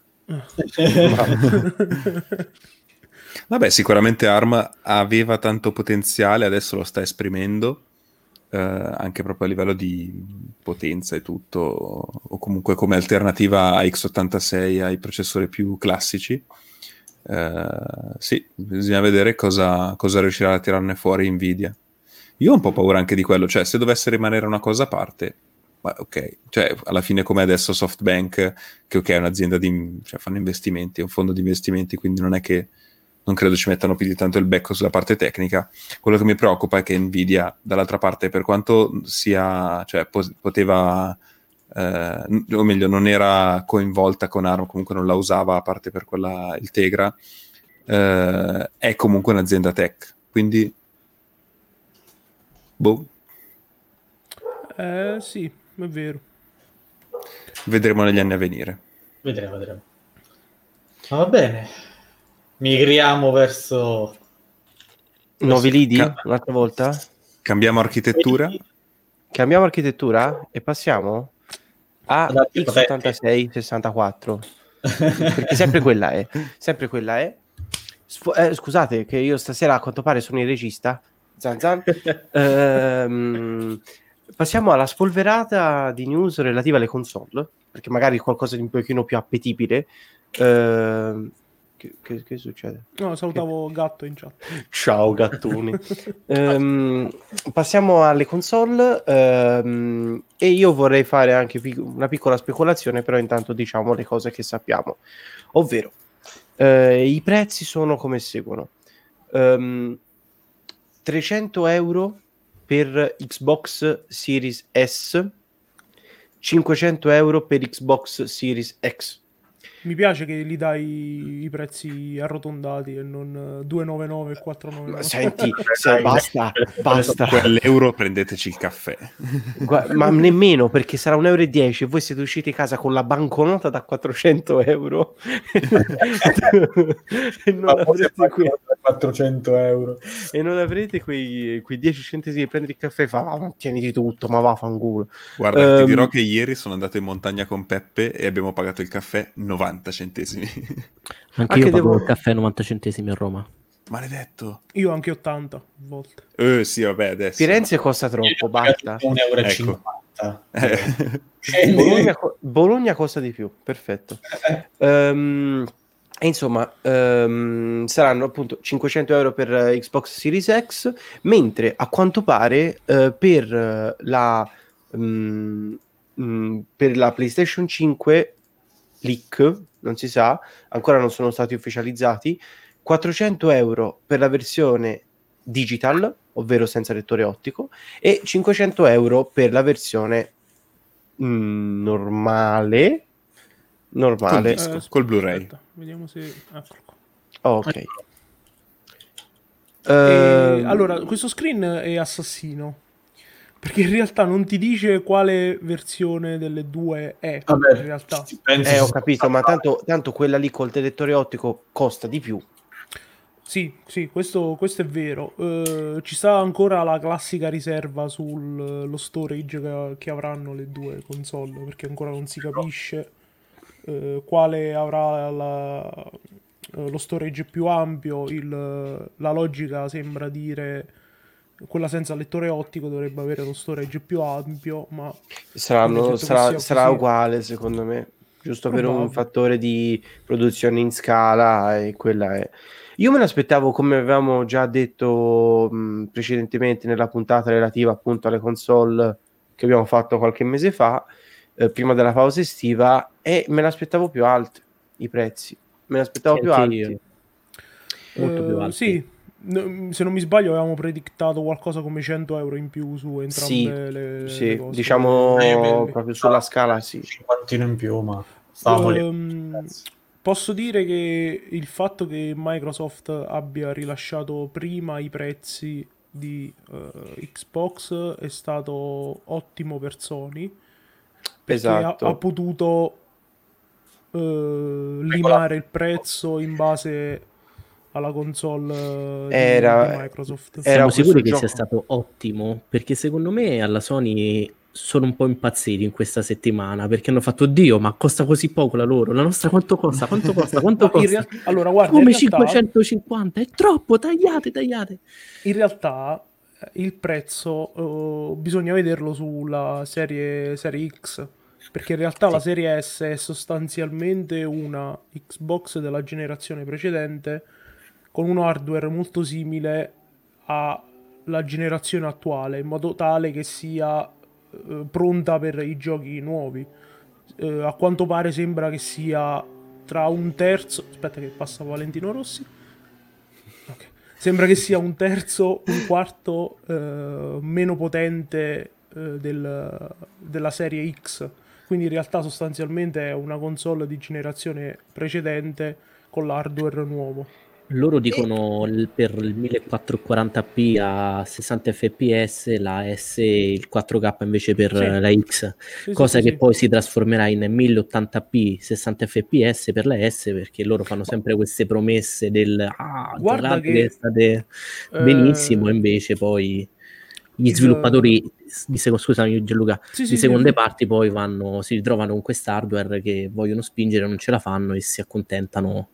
Vabbè, sicuramente ARM aveva tanto potenziale, adesso lo sta esprimendo, anche proprio a livello di potenza e tutto, o comunque come alternativa a x86, ai processori più classici. Sì, bisogna vedere cosa riuscirà a tirarne fuori Nvidia. Io ho un po' paura anche di quello, cioè se dovesse rimanere una cosa a parte, ma ok, cioè alla fine come adesso SoftBank, che ok è un'azienda cioè fanno investimenti, è un fondo di investimenti, quindi non è che non credo ci mettano più di tanto il becco sulla parte tecnica. Quello che mi preoccupa è che Nvidia, dall'altra parte, per quanto sia, cioè poteva, o meglio, non era coinvolta con ARM, comunque non la usava, a parte per quella, il Tegra, è comunque un'azienda tech, quindi Sì, è vero. Vedremo negli anni a venire. Vedremo. Va bene. Migriamo verso Nuovi lidi? Un'altra volta? Cambiamo architettura? Cambiamo architettura e passiamo a x86-64. Perché sempre quella è. Sempre quella è. Scusate che io stasera a quanto pare sono il regista. Zan zan. Passiamo alla spolverata di news relativa alle console, perché magari qualcosa di un pochino più appetibile. Che succede? No, salutavo Gatto in chat. Ciao gattoni. Passiamo alle console, e io vorrei fare anche una piccola speculazione, però intanto diciamo le cose che sappiamo, ovvero i prezzi sono come seguono: 300 euro per Xbox Series S, 500 euro per Xbox Series X. Mi piace che gli dai i prezzi arrotondati e non 299 e 499. Senti, basta. Quell'euro prendeteci il caffè. Ma nemmeno, perché sarà 1,10 euro e voi siete usciti a casa con la banconota da 400 euro e non avrete 400 euro e non avrete quei 10 centesimi per prendere il caffè. Tieniti tutto, ma vaffanculo. Guarda, ti dirò che ieri sono andato in montagna con Peppe e abbiamo pagato il caffè 90 centesimi. Anche io pago il caffè 90 centesimi a Roma. Maledetto. Io anche 80 volte. Sì, vabbè, adesso. Firenze costa troppo, basta. 1,50 euro. Bologna costa di più, perfetto. E insomma, saranno appunto 500 euro per Xbox Series X, mentre a quanto pare per la PlayStation 5 leak, non si sa, ancora non sono stati ufficializzati, 400 euro per la versione digital, ovvero senza lettore ottico, e 500 euro per la versione normale. Col disco, col Blu-ray. Aspetta, vediamo se... Eccolo qua. Ok. Allora, questo screen è assassino, perché in realtà non ti dice quale versione delle due è. Vabbè, in realtà. Ho capito, ma tanto quella lì col lettore ottico costa di più. Sì, questo è vero. Ci sta ancora la classica riserva sullo storage che avranno le due console, perché ancora non si capisce quale avrà lo storage più ampio. La logica sembra dire quella senza lettore ottico dovrebbe avere lo storage più ampio, ma sarà uguale secondo me, giusto per un fattore di produzione in scala, e quella è. Io me l'aspettavo, come avevamo già detto precedentemente nella puntata relativa appunto alle console che abbiamo fatto qualche mese fa, prima della pausa estiva, e me l'aspettavo più alti i prezzi, me l'aspettavo più alti. Molto più alti. Sì, se non mi sbaglio avevamo predictato qualcosa come 100 euro in più su entrambe le cose. Diciamo proprio sulla scala, sì. 50 in più, ma posso dire che il fatto che Microsoft abbia rilasciato prima i prezzi di Xbox è stato ottimo per Sony, perché ha potuto limare il prezzo in base alla console di Microsoft. Siamo sicuri che sia stato ottimo, perché secondo me alla Sony sono un po' impazziti in questa settimana, perché hanno fatto Dio, ma costa così poco la loro, la nostra quanto costa? Quanto costa? Allora guarda, come 550, è troppo, tagliate. In realtà il prezzo bisogna vederlo sulla serie X, perché in realtà la serie S è sostanzialmente una Xbox della generazione precedente con un hardware molto simile alla generazione attuale, in modo tale che sia pronta per i giochi nuovi. A quanto pare sembra che sia tra un terzo... Aspetta che passa Valentino Rossi. Okay. Sembra che sia un terzo, un quarto meno potente della serie X. Quindi in realtà sostanzialmente è una console di generazione precedente con l'hardware nuovo. Loro dicono per il 1440p a 60 fps, la S e il 4K invece per la X, cosa che poi si trasformerà in 1080p 60 fps per la S, perché loro fanno sempre queste promesse del guarda che state benissimo, e invece poi gli sviluppatori scusami Gianluca, di seconde parti poi si ritrovano con quest'hardware che vogliono spingere, non ce la fanno e si accontentano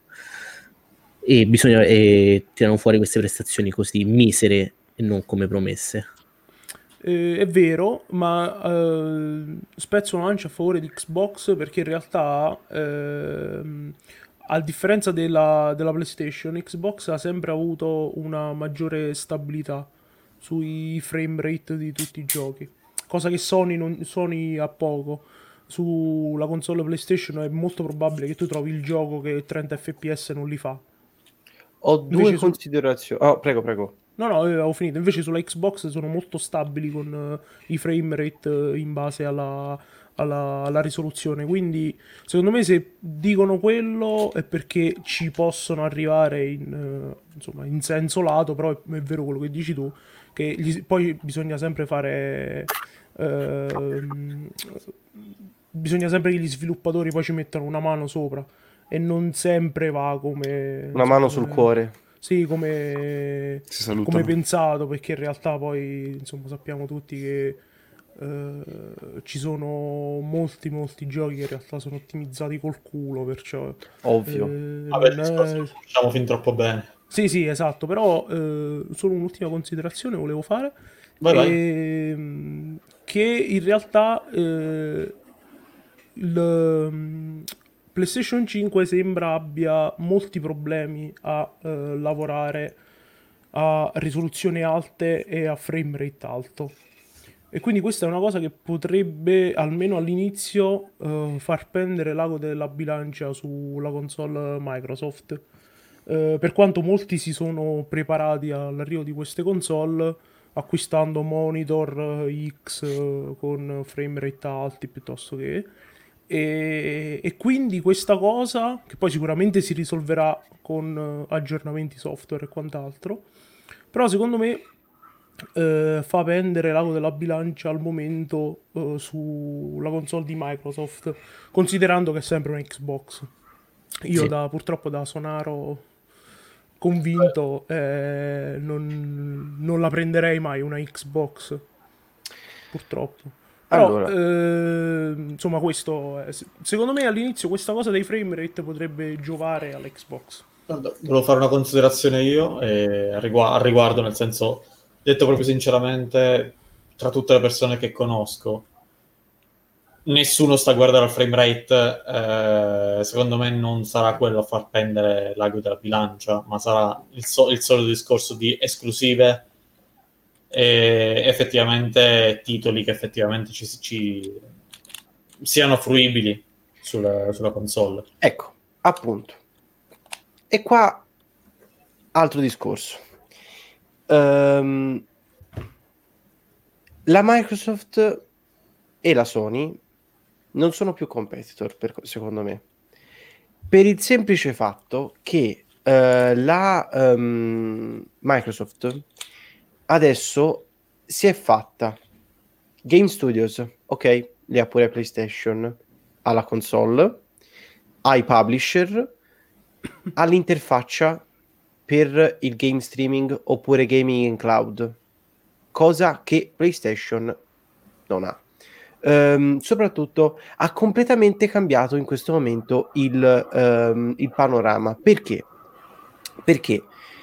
e tirano fuori queste prestazioni così misere e non come promesse. È vero, ma spezzo una lancia a favore di Xbox, perché in realtà a differenza della PlayStation, Xbox ha sempre avuto una maggiore stabilità sui frame rate di tutti i giochi, cosa che Sony ha poco. Sulla console PlayStation è molto probabile che tu trovi il gioco che 30 fps non li fa. Ho due considerazioni. Prego. No, avevo finito. Invece sulla Xbox sono molto stabili con i frame rate in base alla risoluzione. Quindi, secondo me, se dicono quello è perché ci possono arrivare in senso lato. Però è vero quello che dici tu, che poi bisogna sempre fare... bisogna sempre che gli sviluppatori poi ci mettano una mano sopra. E non sempre va come... Una mano sul cuore. Sì, come pensato, perché in realtà poi, insomma, sappiamo tutti che ci sono molti giochi che in realtà sono ottimizzati col culo, perciò... Ovvio. Facciamo fin troppo bene. Sì, esatto, però solo un'ultima considerazione volevo fare. Vai. Che in realtà PlayStation 5 sembra abbia molti problemi a lavorare a risoluzioni alte e a frame rate alto. E quindi questa è una cosa che potrebbe, almeno all'inizio, far pendere l'ago della bilancia sulla console Microsoft. Per quanto molti si sono preparati all'arrivo di queste console acquistando monitor X con frame rate alti piuttosto che... E quindi questa cosa, che poi sicuramente si risolverà con aggiornamenti software e quant'altro, però secondo me fa pendere l'ago della bilancia al momento sulla console di Microsoft, considerando che è sempre una Xbox. Io purtroppo da sonaro convinto non la prenderei mai una Xbox, purtroppo. Però, allora, insomma, questo secondo me all'inizio questa cosa dei frame rate potrebbe giovare all'Xbox. Guarda, volevo fare una considerazione io al riguardo, nel senso, detto proprio sinceramente, tra tutte le persone che conosco, nessuno sta a guardare il frame rate, secondo me non sarà quello a far pendere l'ago della bilancia, ma sarà il solito discorso di esclusive e effettivamente titoli che effettivamente siano fruibili sulla console. Ecco, appunto. E qua altro discorso. La Microsoft e la Sony non sono più competitor, secondo me, per il semplice fatto che la Microsoft adesso si è fatta Game Studios, ok, li ha pure PlayStation, ha la console, ha i publisher, ha l'interfaccia per il game streaming oppure gaming in cloud, cosa che PlayStation non ha. Soprattutto ha completamente cambiato in questo momento il panorama. Perché? Perché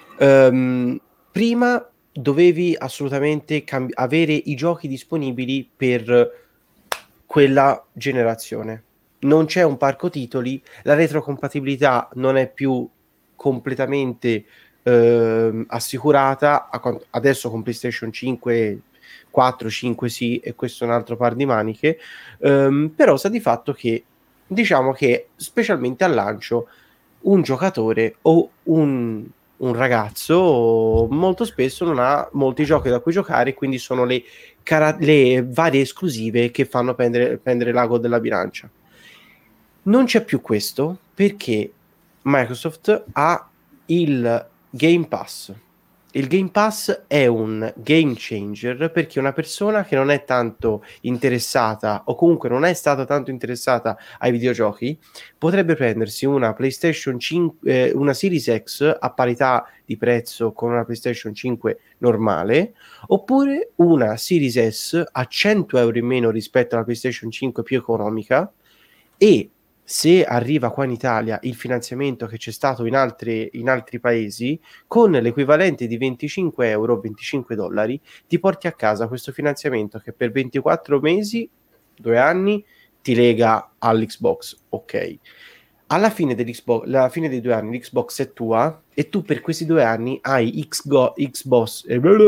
prima dovevi assolutamente avere i giochi disponibili per quella generazione. Non c'è un parco titoli, la retrocompatibilità non è più completamente assicurata. Adesso con PlayStation 5, 4, 5 sì, e questo è un altro par di maniche, però sta di fatto che diciamo che specialmente al lancio un giocatore o un ragazzo molto spesso non ha molti giochi da cui giocare, quindi sono le varie esclusive che fanno pendere l'ago della bilancia. Non c'è più questo perché Microsoft ha il Game Pass. Il Game Pass è un game changer perché una persona che non è tanto interessata o comunque non è stata tanto interessata ai videogiochi potrebbe prendersi una PlayStation 5, una Series X a parità di prezzo con una PlayStation 5 normale, oppure una Series S a 100 euro in meno rispetto alla PlayStation 5 più economica, e se arriva qua in Italia il finanziamento che c'è stato in altri paesi, con l'equivalente di 25 euro, 25 dollari, ti porti a casa questo finanziamento che per 24 mesi, 2 anni, ti lega all'Xbox. Ok. Alla fine alla fine dei 2 anni l'Xbox è tua e tu per questi 2 anni hai Xbox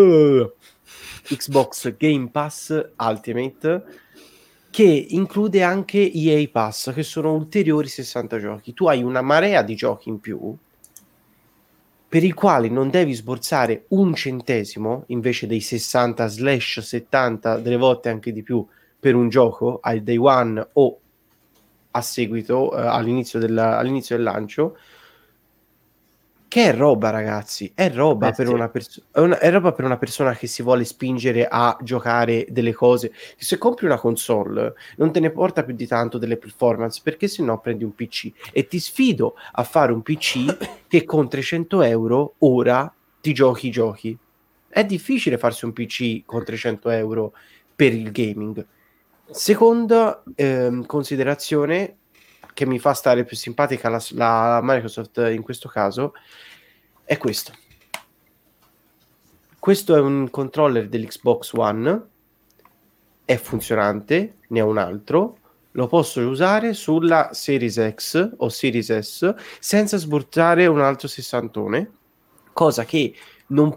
Game Pass Ultimate, che include anche EA Pass, che sono ulteriori 60 giochi. Tu hai una marea di giochi in più per i quali non devi sborsare un centesimo invece dei 60/70, delle volte anche di più, per un gioco al day one o a seguito, all'inizio del lancio. Che è roba, ragazzi, è roba per una persona, è roba per una persona che si vuole spingere a giocare delle cose. Se compri una console non te ne porta più di tanto delle performance, perché se no prendi un PC, e ti sfido a fare un PC che con 300 euro ora ti giochi i giochi. È difficile farsi un PC con 300 euro per il gaming. Seconda considerazione che mi fa stare più simpatica la Microsoft in questo caso è questo. Questo è un controller dell'Xbox One, è funzionante, ne ho un altro, lo posso usare sulla Series X o Series S senza sborsare un altro sessantone, cosa che non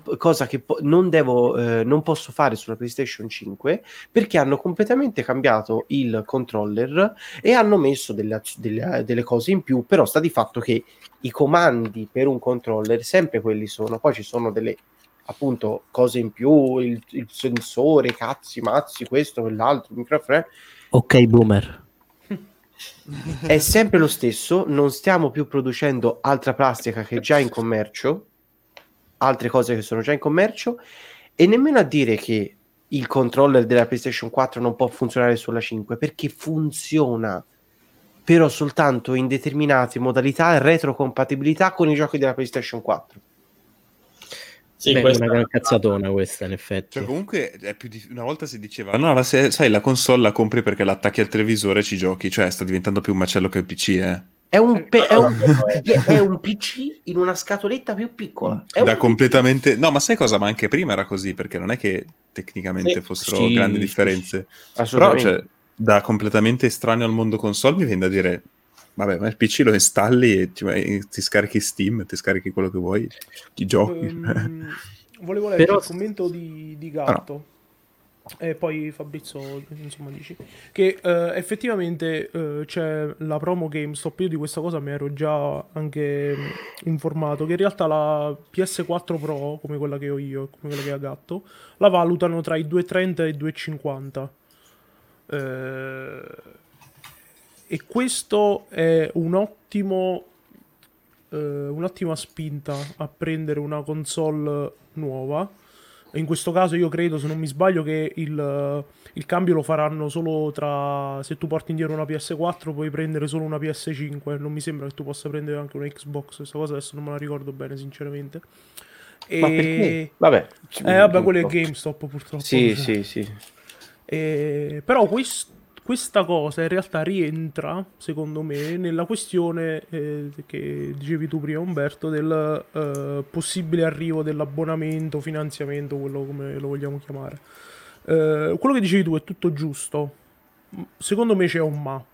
posso fare sulla PlayStation 5 perché hanno completamente cambiato il controller e hanno messo delle cose in più, però sta di fatto che i comandi per un controller sempre quelli sono, poi ci sono delle appunto cose in più, il sensore, cazzi, mazzi, questo, quell'altro, microfono. Ok, boomer. È sempre lo stesso, non stiamo più producendo altra plastica che è già in commercio, altre cose che sono già in commercio, e nemmeno a dire che il controller della PlayStation 4 non può funzionare sulla 5, perché funziona, però soltanto in determinate modalità e retrocompatibilità con i giochi della PlayStation 4. Sì, Beh, questa una gran cazzatona questa, in effetti. Cioè, comunque, una volta si diceva, no, sai, la console la compri perché l'attacchi al televisore e ci giochi, cioè sta diventando più un macello che il PC, eh. È un PC in una scatoletta più piccola. È Da un completamente... No, ma sai cosa? Ma anche prima era così, perché non è che tecnicamente fossero grandi differenze. Però, assolutamente. cioè, da completamente estraneo al mondo console mi viene da dire, vabbè, ma il PC lo installi e ti scarichi Steam, ti scarichi quello che vuoi, ti giochi. Volevo leggere Però- il commento di Gatto. E poi Fabrizio, insomma, dici che effettivamente c'è la promo GameStop. Io di questa cosa mi ero già anche informato, che in realtà la PS4 Pro, come quella che ho io, come quella che ha Gatto, la valutano tra i 2,30 e i 2,50. E questo è un'ottima spinta a prendere una console nuova. In questo caso io credo, se non mi sbaglio, che il cambio lo faranno solo tra... Se tu porti indietro una PS4 puoi prendere solo una PS5. Non mi sembra che tu possa prendere anche una Xbox. Questa cosa adesso non me la ricordo bene, sinceramente. Ma perché? Vabbè, Vabbè, quello è GameStop, purtroppo. Sì, sì, sì. Però questa cosa in realtà rientra, secondo me, nella questione che dicevi tu prima, Umberto, del possibile arrivo dell'abbonamento, finanziamento, quello come lo vogliamo chiamare. Quello che dicevi tu è tutto giusto. Secondo me c'è un ma.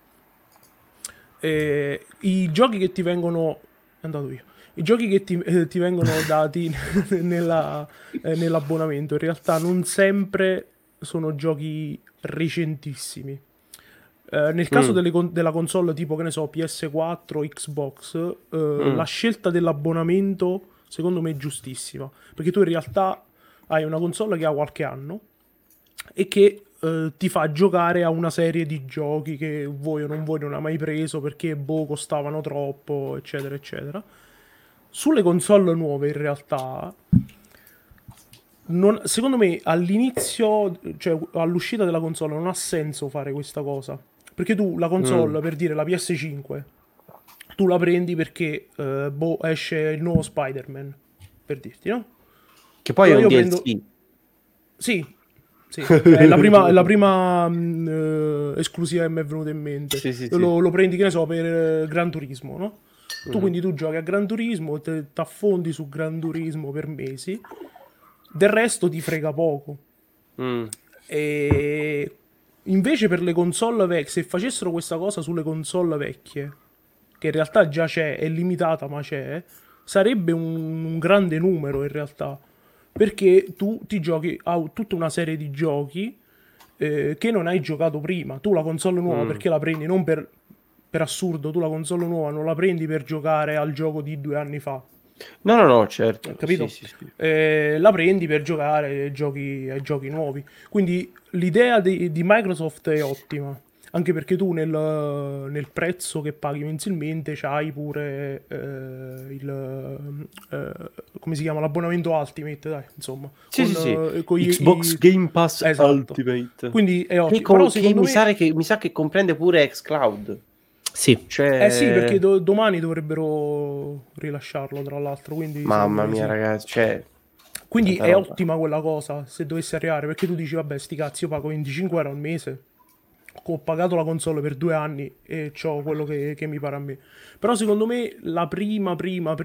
I giochi che ti vengono... È andato via. I giochi che ti vengono dati nell'abbonamento in realtà non sempre sono giochi recentissimi. Nel caso della console tipo, che ne so, PS4, Xbox, la scelta dell'abbonamento secondo me è giustissima, perché tu in realtà hai una console che ha qualche anno e che ti fa giocare a una serie di giochi che vuoi o non vuoi non hai mai preso perché costavano troppo, eccetera eccetera. Sulle console nuove in realtà secondo me all'inizio, cioè all'uscita della console, non ha senso fare questa cosa, perché tu la console, per dire la PS5, tu la prendi perché esce il nuovo Spider-Man, per dirti, no? Che poi è un DLC. Prendo... Sì, è la prima esclusiva che mi è venuta in mente. Sì. Lo prendi, che ne so, per Gran Turismo, no? Quindi tu giochi a Gran Turismo, ti affondi su Gran Turismo per mesi, del resto ti frega poco. E invece per le console vecchie, se facessero questa cosa sulle console vecchie, che in realtà già c'è, è limitata ma c'è, sarebbe un grande numero in realtà, perché tu ti giochi a tutta una serie di giochi che non hai giocato prima. Tu la console nuova perché la prendi? Non per assurdo, tu la console nuova non la prendi per giocare al gioco di 2 anni fa. No, certo. Capito? Sì. La prendi per giocare ai giochi nuovi. Quindi l'idea di Microsoft è ottima. Anche perché tu nel prezzo che paghi mensilmente c'hai pure come si chiama? L'abbonamento Ultimate, dai, insomma. Con Xbox Game Pass, esatto. Ultimate. Quindi è ottimo. Però secondo me... mi sa che comprende pure xCloud. Sì. Cioè... sì, perché domani dovrebbero rilasciarlo, tra l'altro. Quindi mamma mia, ragazzi, cioè... Quindi è ottima quella cosa, se dovesse arrivare, perché tu dici, vabbè, sti cazzi, io pago 25 euro al mese, ho pagato la console per 2 anni e ho quello che mi pare a me. Però secondo me la prima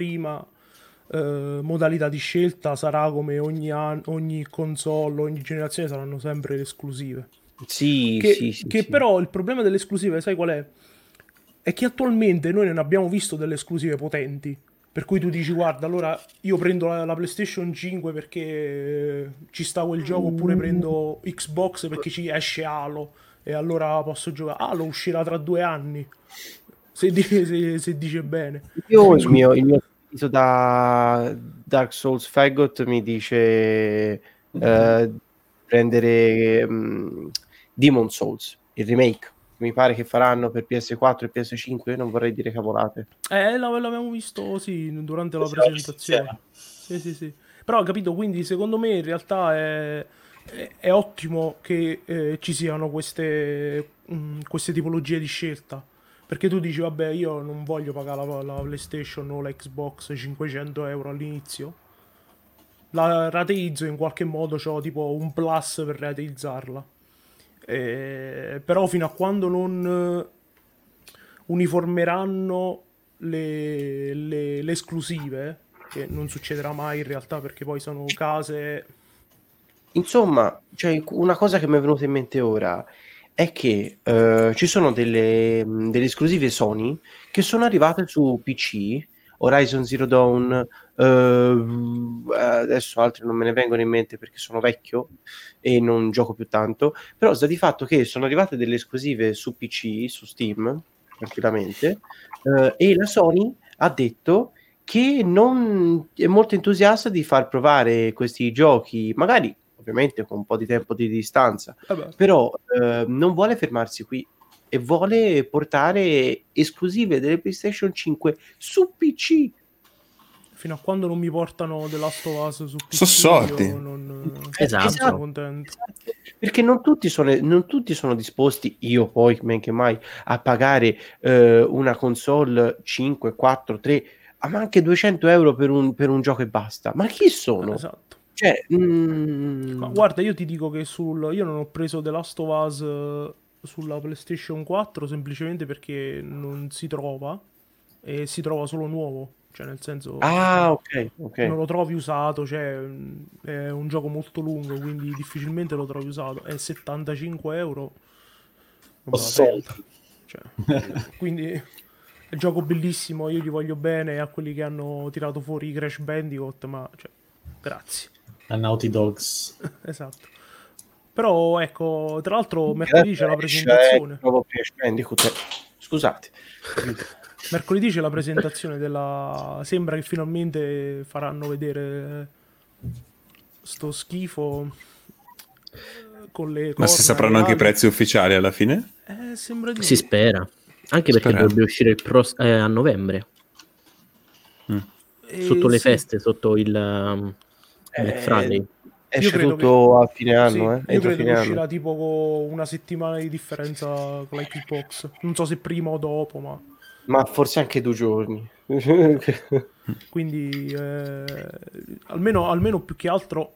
modalità di scelta sarà come ogni console, ogni generazione saranno sempre le esclusive. Sì. Però il problema delle esclusive, sai qual è? È che attualmente noi non abbiamo visto delle esclusive potenti. Per cui tu dici, guarda, allora io prendo la PlayStation 5 perché ci sta quel gioco, oppure prendo Xbox perché ci esce Halo e allora posso giocare. Halo uscirà tra 2 anni, se dice bene. Io il mio viso da Dark Souls Fagot mi dice prendere Demon Souls, il remake. Mi pare che faranno per PS4 e PS5, non vorrei dire cavolate. L'abbiamo visto, sì, durante la presentazione. Sì. Però, capito, quindi secondo me in realtà è ottimo che ci siano queste tipologie di scelta. Perché tu dici, vabbè, io non voglio pagare la PlayStation o la Xbox 500 euro all'inizio. la rateizzo in qualche modo, c'ho tipo un plus per rateizzarla. Però fino a quando non uniformeranno le esclusive, che non succederà mai in realtà perché poi sono case... Insomma, cioè, una cosa che mi è venuta in mente ora è che ci sono delle esclusive Sony che sono arrivate su PC, Horizon Zero Dawn, adesso altre non me ne vengono in mente perché sono vecchio e non gioco più tanto, però sta di fatto che sono arrivate delle esclusive su PC, su Steam, tranquillamente, e la Sony ha detto che non è molto entusiasta di far provare questi giochi, magari ovviamente con un po' di tempo di distanza, Vabbè, però non vuole fermarsi qui e vuole portare esclusive delle PlayStation 5 su PC. fino a quando non mi portano The Last of Us su PC, Sono sorti. io non Esatto. sono contento. Esatto. Perché non tutti sono disposti, io poi men che mai, a pagare una console 5, 4, 3, ma anche 200 euro per un gioco e basta. Ma chi sono? Esatto. Cioè, Ma guarda, io ti dico che io non ho preso The Last of Us sulla PlayStation 4 semplicemente perché non si trova e si trova solo nuovo, cioè nel senso ah, ok, ok. non lo trovi usato, cioè è un gioco molto lungo, quindi difficilmente lo trovi usato, è 75 euro, non me la sento. Cioè, quindi è un gioco bellissimo, io gli voglio bene a quelli che hanno tirato fuori i Crash Bandicoot, ma cioè, grazie. A Naughty Dogs. Esatto. Però ecco, tra l'altro mercoledì c'è la presentazione. Scusate. Mercoledì c'è la presentazione della... Sembra che finalmente faranno vedere sto schifo con le Ma si corna sapranno anche i reali. prezzi ufficiali alla fine? Sembra di Si sì. spera. Anche perché Speriamo. dovrebbe uscire a novembre. Sotto le sì. feste, sotto il Black Friday. Esce credo tutto a fine anno, Sì, io entro credo fine che anno. uscirà tipo con una settimana di differenza con la Xbox. Non so se prima o dopo, ma... Ma forse anche 2 giorni. Quindi almeno più che altro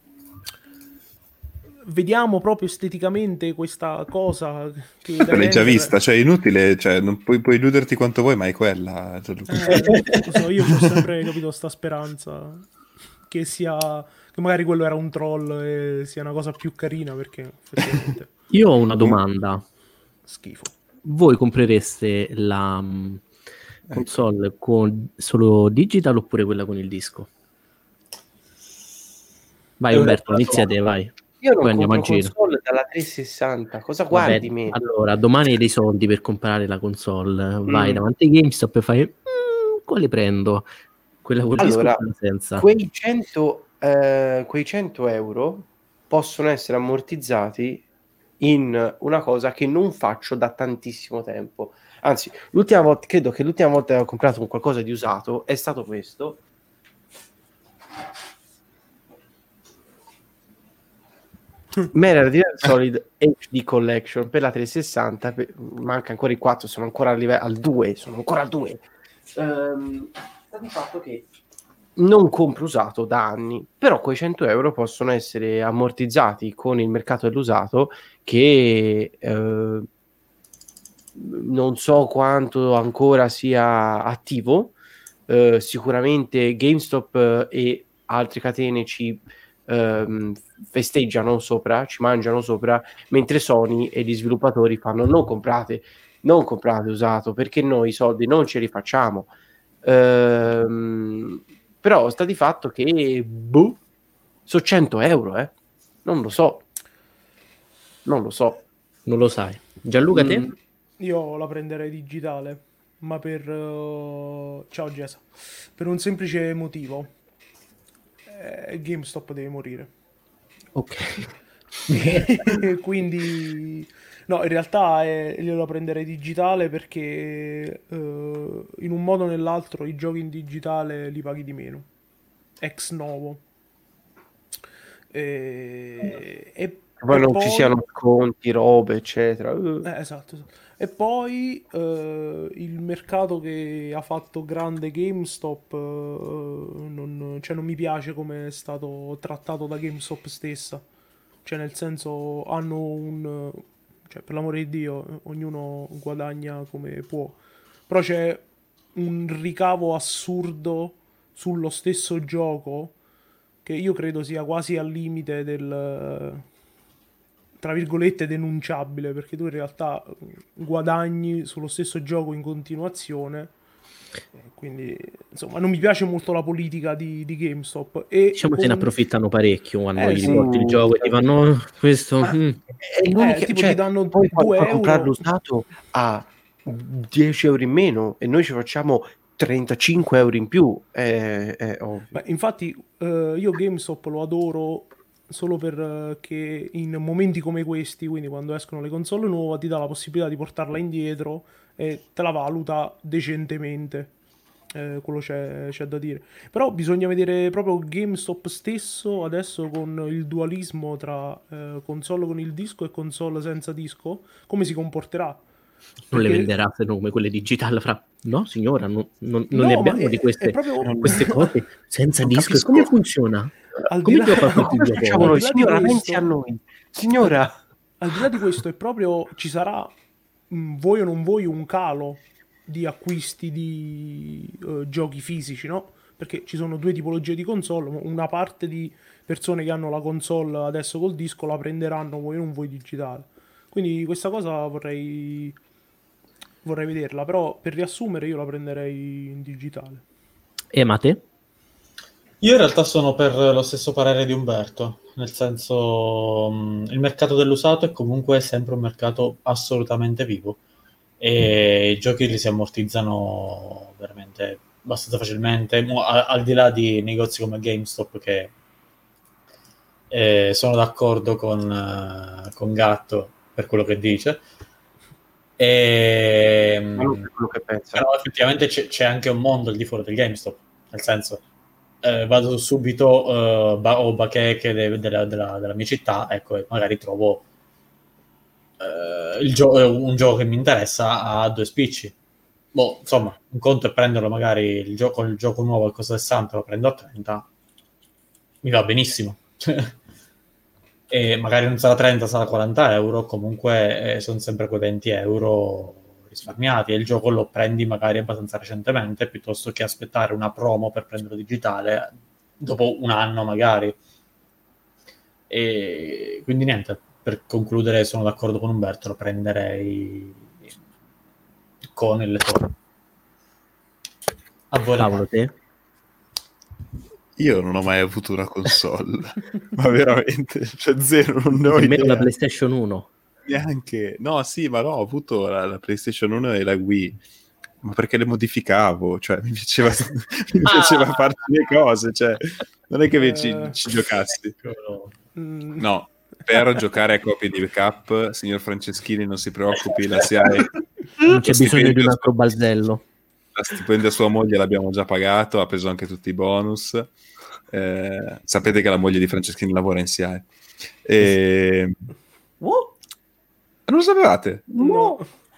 vediamo proprio esteticamente questa cosa che Te l'hai già render... vista, cioè è inutile, cioè non puoi illuderti quanto vuoi, ma è quella. lo so, io ho sempre capito sta speranza che sia... che magari quello era un troll e sia una cosa più carina perché effettivamente Io ho una domanda. schifo. Voi comprereste la console con solo digital oppure quella con il disco? Vai Umberto, inizia te, vai. Io Poi non andiamo a compro giro. console dalla 360. Cosa Vabbè, guardi me? allora, domani hai dei soldi per comprare la console, vai davanti ai GameStop e fai quale prendo? Quella col disco o Allora, quella senza? quei 100 euro possono essere ammortizzati in una cosa che non faccio da tantissimo tempo. Anzi, credo che l'ultima volta che ho comprato un qualcosa di usato è stato questo. Metal Gear Solid HD Collection per la 360, manca ancora il 4, sono ancora al 2, sono ancora al 2. Sta di fatto che non compro usato da anni, però quei 100 euro possono essere ammortizzati con il mercato dell'usato che non so quanto ancora sia attivo. Sicuramente GameStop e altre catene ci festeggiano sopra, ci mangiano sopra, mentre Sony e gli sviluppatori fanno non comprate usato perché noi i soldi non ce li facciamo. Però sta di fatto che sono 100 euro, non lo so, non lo sai. Gianluca, te? Io la prenderei digitale, ma per... ciao Gesa. Per un semplice motivo. GameStop deve morire. Ok. Quindi... No, in realtà io la prenderei digitale perché in un modo o nell'altro i giochi in digitale li paghi di meno. Ex novo. E Poi non ci siano sconti, robe, eccetera. Esatto. E poi il mercato che ha fatto grande GameStop non mi piace come è stato trattato da GameStop stessa. Cioè, nel senso, hanno cioè, per l'amore di Dio, ognuno guadagna come può. Però c'è un ricavo assurdo sullo stesso gioco che io credo sia quasi al limite del, tra virgolette, denunciabile, perché tu in realtà guadagni sullo stesso gioco in continuazione. Quindi, insomma, non mi piace molto la politica di GameStop. E diciamo se ne approfittano parecchio quando gli sì, riporti il gioco e ti fanno questo. È l'unica, tipo cioè, ti danno poi 2 puoi euro. comprarlo usato a 10 euro in meno e noi ci facciamo 35 euro in più. È ovvio. Beh, infatti, io GameStop lo adoro solo perché in momenti come questi, quindi quando escono le console nuove, ti dà la possibilità di portarla indietro e te la valuta decentemente. Quello c'è da dire. Però bisogna vedere proprio GameStop stesso adesso con il dualismo tra console con il disco e console senza disco, come si comporterà. Non le Perché- venderà se no come quelle digitali fra. No, signora, non No, ne ma abbiamo è- di è queste, proprio- queste cose senza Non disco. E capisco. come funziona? Al di Come là- gioca Come questo facciamo gioco? noi? di là di Signora, questo- pensi a noi. Signora, Al di là di questo, è proprio ci sarà, vuoi o non vuoi, un calo di acquisti di giochi fisici, no? Perché ci sono due tipologie di console. Una parte di persone che hanno la console adesso col disco la prenderanno, vuoi o non vuoi, digitale. Quindi questa cosa vorrei vederla, però per riassumere io la prenderei in digitale. Ma te? Io in realtà sono per lo stesso parere di Umberto, nel senso il mercato dell'usato è comunque sempre un mercato assolutamente vivo e i giochi li si ammortizzano veramente abbastanza facilmente, al di là di negozi come GameStop che sono d'accordo con Gatto per quello che dice. ma non per quello che pensa. Però effettivamente c'è anche un mondo al di fuori del GameStop, nel senso vado subito o bacheche della mia città, ecco, e magari trovo un gioco che mi interessa a 2 spicci. Boh, insomma, un conto è prenderlo magari il gioco nuovo al costo 60, lo prendo a 30, mi va benissimo. E magari non sarà 30, sarà 40 euro, comunque sono sempre quei 20 euro risparmiati e il gioco lo prendi magari abbastanza recentemente piuttosto che aspettare una promo per prenderlo digitale dopo un anno magari. E quindi niente, per concludere sono d'accordo con Umberto, lo prenderei con il lettore. A voi la Paolo, te? Io non ho mai avuto una console, ma veramente, cioè zero, non ne ho Nemmeno la idea. PlayStation 1. Neanche, no, sì, ma no, ho avuto la PlayStation 1 e la Wii, ma perché le modificavo, cioè mi piaceva, mi piaceva farci le cose, cioè non è che ci giocassi. No, per giocare a copie di backup, signor Franceschini, non si preoccupi, la SIAE Non c'è lo bisogno di stipendio un altro balzello. la stipendio a sua moglie l'abbiamo già pagato, ha preso anche tutti i bonus. Sapete che la moglie di Franceschini lavora in SIAE. Non lo sapevate? No.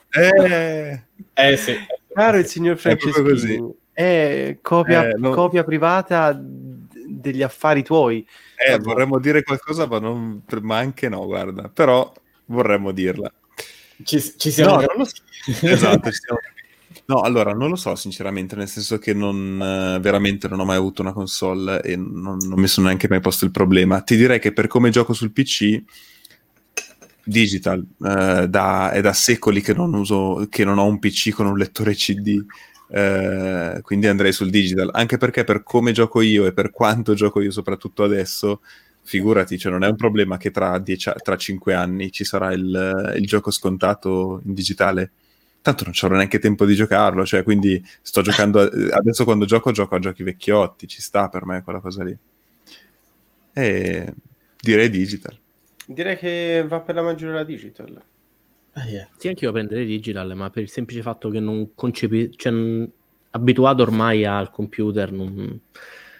Sì. Caro il signor Franceschini, è copia privata degli affari tuoi. Vorremmo dire qualcosa, ma anche no, guarda. Però vorremmo dirla. Ci siamo. No, non lo so. Esatto, ci siamo. No, allora, non lo so sinceramente, nel senso che veramente non ho mai avuto una console e non mi sono neanche mai posto il problema. Ti direi che per come gioco sul PC, digital, è da secoli che non ho un PC con un lettore CD, quindi andrei sul digital, anche perché per come gioco io e per quanto gioco io soprattutto adesso, figurati, cioè non è un problema che tra 5 anni ci sarà il gioco scontato in digitale. Tanto non c'ho neanche tempo di giocarlo, cioè quindi sto giocando adesso quando gioco a giochi vecchiotti, ci sta per me quella cosa lì. E direi digital. Direi che va per la maggiore la digital. Yeah. Sì, anche io prendere digital, ma per il semplice fatto che non abituato ormai al computer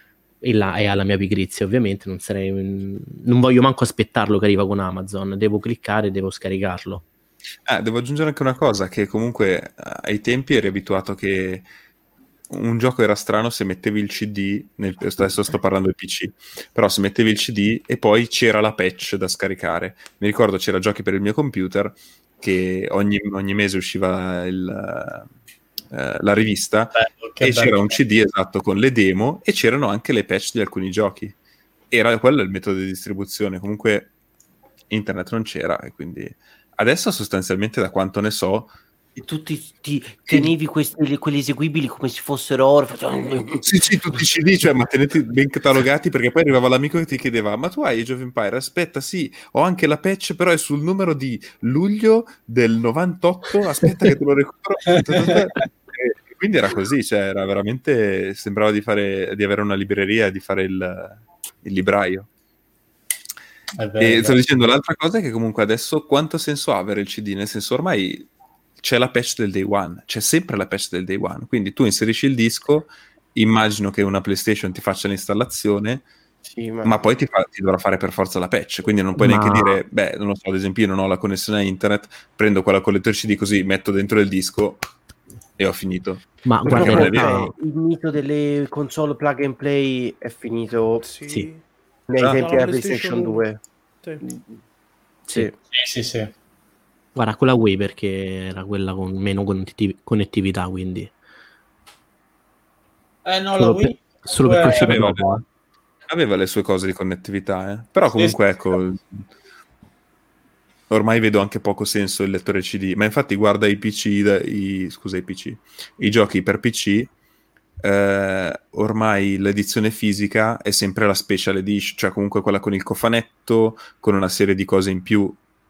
e alla mia pigrizia ovviamente non voglio manco aspettarlo che arriva con Amazon, devo cliccare, devo scaricarlo. Devo aggiungere anche una cosa, che comunque ai tempi eri abituato che un gioco era strano se mettevi il CD, adesso sto parlando del PC, però se mettevi il CD e poi c'era la patch da scaricare. Mi ricordo c'era giochi per il mio computer che ogni mese usciva la rivista e c'era un CD esatto con le demo e c'erano anche le patch di alcuni giochi. Era quello il metodo di distribuzione, comunque internet non c'era e quindi adesso sostanzialmente da quanto ne so e tu ti tenevi quelli eseguibili come se fossero oro. Sì, tutti i CD, cioè, ma tenete ben catalogati, perché poi arrivava l'amico che ti chiedeva: ma tu hai Age of Empire? Aspetta, sì, ho anche la patch, però è sul numero di luglio del 98, aspetta che te lo recupero. E quindi era così, cioè era veramente, sembrava di avere una libreria, di fare il libraio. E sto dicendo, l'altra cosa è che comunque adesso quanto senso ha avere il CD? Nel senso, ormai c'è la patch del day one, c'è sempre la patch del day one, quindi tu inserisci il disco, immagino che una PlayStation ti faccia l'installazione, sì, ma poi ti dovrà fare per forza la patch, quindi non puoi neanche dire, non lo so, ad esempio io non ho la connessione a internet, prendo quella con lettore CD così, metto dentro il disco e ho finito. Ma guarda, il mito delle console plug and play è finito sì. Nei tempi della PlayStation 2. Sì. Guarda, quella Wii perché era quella con meno connettività, quindi no, la Wii solo per uscire aveva le sue cose di connettività, però comunque ecco, ormai vedo anche poco senso il lettore CD, ma infatti guarda i giochi per PC, ormai l'edizione fisica è sempre la special edition, cioè comunque quella con il cofanetto, con una serie di cose in più,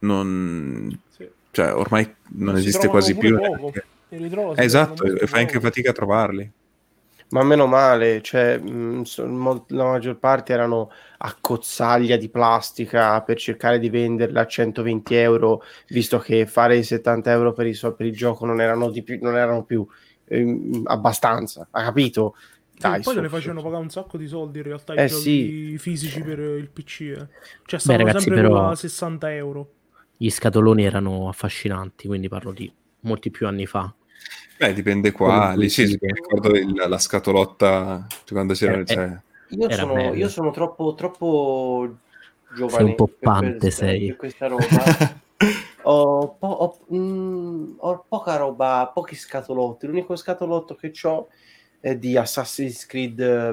cioè ormai non esiste quasi più. Esatto, e fai anche fatica a trovarli. Ma meno male, cioè la maggior parte erano a cozzaglia di plastica per cercare di venderla a 120 euro, visto che fare i 70 euro per il gioco non erano più abbastanza, ha capito? Dai, poi te le facevano pagare un sacco di soldi in realtà i giochi fisici per il PC. Cioè stavano sempre però, 60 euro. Gli scatoloni erano affascinanti, quindi parlo di molti più anni fa. Dipende qua, lì mi ricordo la scatolotta quando c'era. Io sono troppo giovane. Sei un po' pante, sei. Per questa roba. ho poca roba, pochi scatolotti. L'unico scatolotto che ho è di Assassin's Creed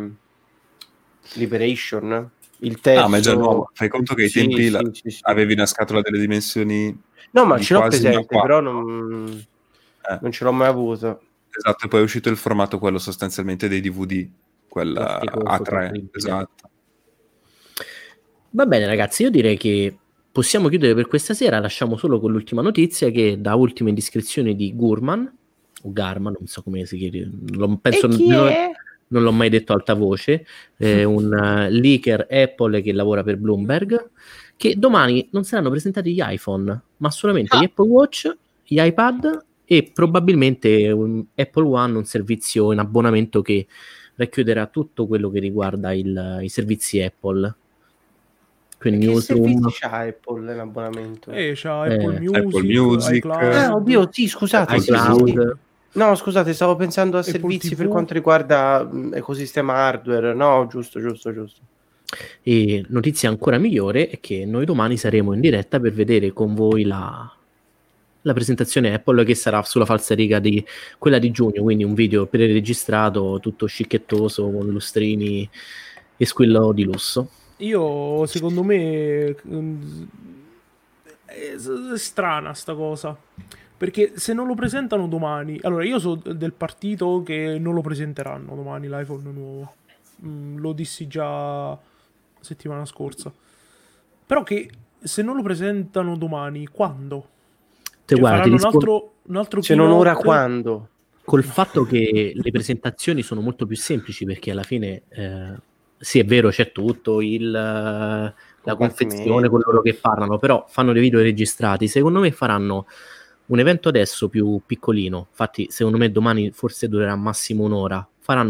Liberation. Il terzo. Ma è già nuovo. Fai conto che ai tempi avevi una scatola delle dimensioni. No, ma ce l'ho presente, però non ce l'ho mai avuto. Esatto, e poi è uscito il formato quello sostanzialmente dei DVD, quella A3, esatto. Va bene ragazzi, io direi che possiamo chiudere per questa sera, lasciamo solo con l'ultima notizia che da ultime indiscrezioni di Gurman, o Garman, non so come si chiama, non l'ho mai detto a alta voce, un leaker Apple che lavora per Bloomberg, che domani non saranno presentati gli iPhone, ma solamente gli Apple Watch, gli iPad e probabilmente un Apple One, un servizio in abbonamento che racchiuderà tutto quello che riguarda i servizi Apple. Quindi che servizi c'ha Apple in abbonamento? C'ha Apple Music, oddio, sì, scusate, iCloud. No, scusate, stavo pensando a Apple servizi TV. Per quanto riguarda ecosistema hardware. No, giusto. E notizia ancora migliore è che noi domani saremo in diretta per vedere con voi la presentazione Apple, che sarà sulla falsariga di quella di giugno, quindi un video preregistrato tutto scicchettoso con lustrini e squillo di lusso. Io, secondo me, è strana sta cosa, perché se non lo presentano domani, allora io sono del partito che non lo presenteranno domani l'iPhone nuovo, lo dissi già settimana scorsa, però che se non lo presentano domani, quando? Guarda, un altro se non ora quando? Col fatto che le presentazioni sono molto più semplici, perché alla fine sì, è vero, c'è tutto la confezione, quello che parlano, però fanno dei video registrati. Secondo me faranno un evento adesso più piccolino, infatti secondo me domani forse durerà massimo un'ora, faranno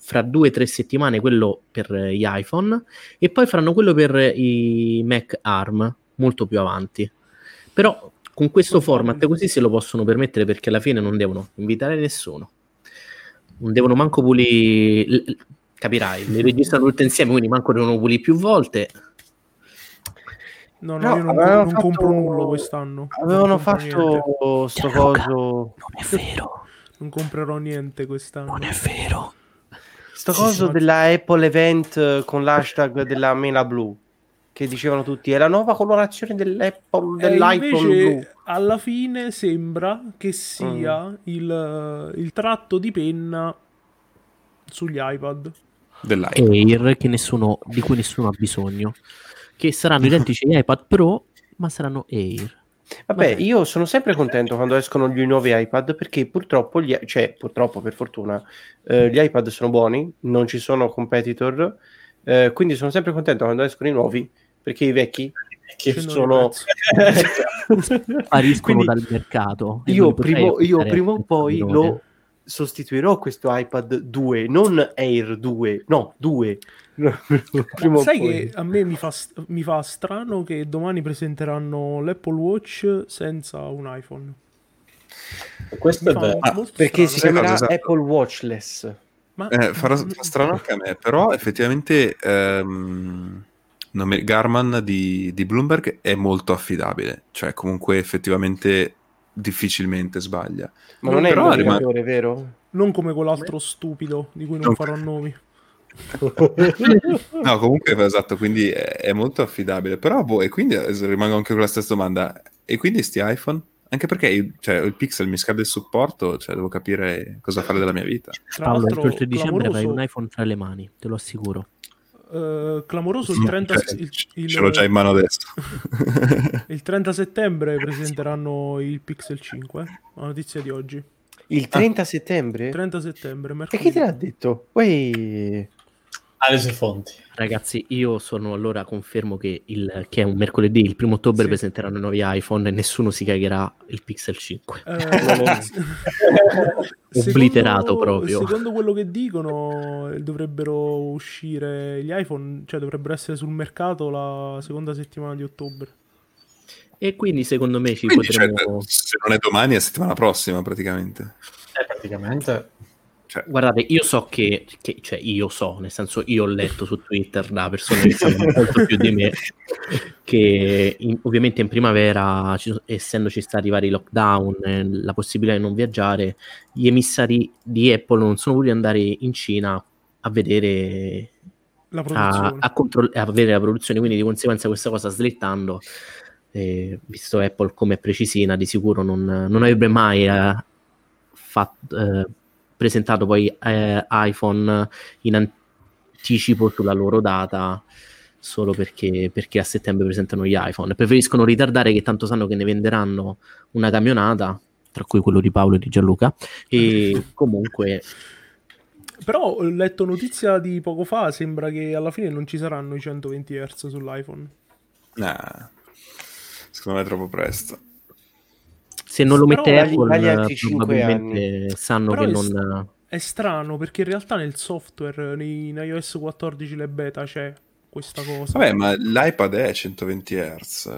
fra 2 o 3 settimane quello per gli iPhone e poi faranno quello per i Mac ARM molto più avanti. Però con questo format così se lo possono permettere, perché alla fine non devono invitare nessuno, non devono manco pulire, capirai, le registrano tutte insieme, quindi manco devono pulire più volte. No, io non compro nulla quest'anno. Avevano fatto sto coso. Non è vero. Non comprerò niente quest'anno. Non è vero. Sto coso della Apple Event con l'hashtag della mela blu, che dicevano tutti è la nuova colorazione dell'iPhone blu. Alla fine sembra che sia il tratto di penna sugli iPad Air di cui nessuno ha bisogno, che saranno identici agli iPad Pro, ma saranno Air. Vabbè, io sono sempre contento quando escono gli nuovi iPad, perché purtroppo, purtroppo per fortuna, gli iPad sono buoni, non ci sono competitor, quindi sono sempre contento quando escono i nuovi, perché i vecchi che sono spariscono dal mercato. Io prima o poi lo sostituirò questo iPad 2, non Air 2, no, 2. Sai che a me mi fa strano che domani presenteranno l'Apple Watch senza un iPhone. Questo è vero. Perché si chiamerà Apple Watchless. Fa strano anche a me, però effettivamente Garmin di Bloomberg è molto affidabile, cioè comunque effettivamente difficilmente sbaglia. Ma non è il navigatore, vero? Non come quell'altro stupido di cui non farò nomi. No, comunque esatto, quindi è molto affidabile, però e quindi rimango anche con la stessa domanda, e quindi sti iPhone? Anche perché il Pixel mi scade il supporto, cioè devo capire cosa fare della mia vita. Paolo, entro il 3 dicembre avrai un iPhone tra le mani, te lo assicuro. Clamoroso il 30 ce l'ho già in mano adesso. Il 30 settembre presenteranno il Pixel 5, la notizia di oggi. Il 30 settembre? 30 settembre, mercoledì. E chi te l'ha detto? Alle sue fonti. Ragazzi, io allora confermo che è un mercoledì, il 1 ottobre presenteranno i nuovi iPhone e nessuno si cagherà il Pixel 5. Obliterato proprio. Secondo quello che dicono, dovrebbero uscire gli iPhone, cioè dovrebbero essere sul mercato la seconda settimana di ottobre. E quindi secondo me potremo... Cioè, se non è domani, è settimana prossima praticamente. Praticamente... Guardate, io so nel senso io ho letto su Twitter da persone che sanno molto più di me che ovviamente in primavera, essendoci stati vari lockdown, la possibilità di non viaggiare, gli emissari di Apple non sono voluti andare in Cina a vedere la produzione, a vedere la produzione, quindi di conseguenza questa cosa slittando, visto Apple come è precisina, di sicuro non avrebbe mai presentato poi iPhone in anticipo sulla loro data solo perché a settembre presentano gli iPhone. Preferiscono ritardare, che tanto sanno che ne venderanno una camionata, tra cui quello di Paolo e di Gianluca, e comunque... Però ho letto notizia di poco fa, sembra che alla fine non ci saranno i 120 Hz sull'iPhone. Secondo me è troppo presto. Se non lo mette Apple, Apple, probabilmente sanno che non... È strano, perché in realtà nel software, in iOS 14 le beta c'è questa cosa. Vabbè, ma l'iPad è 120 Hz.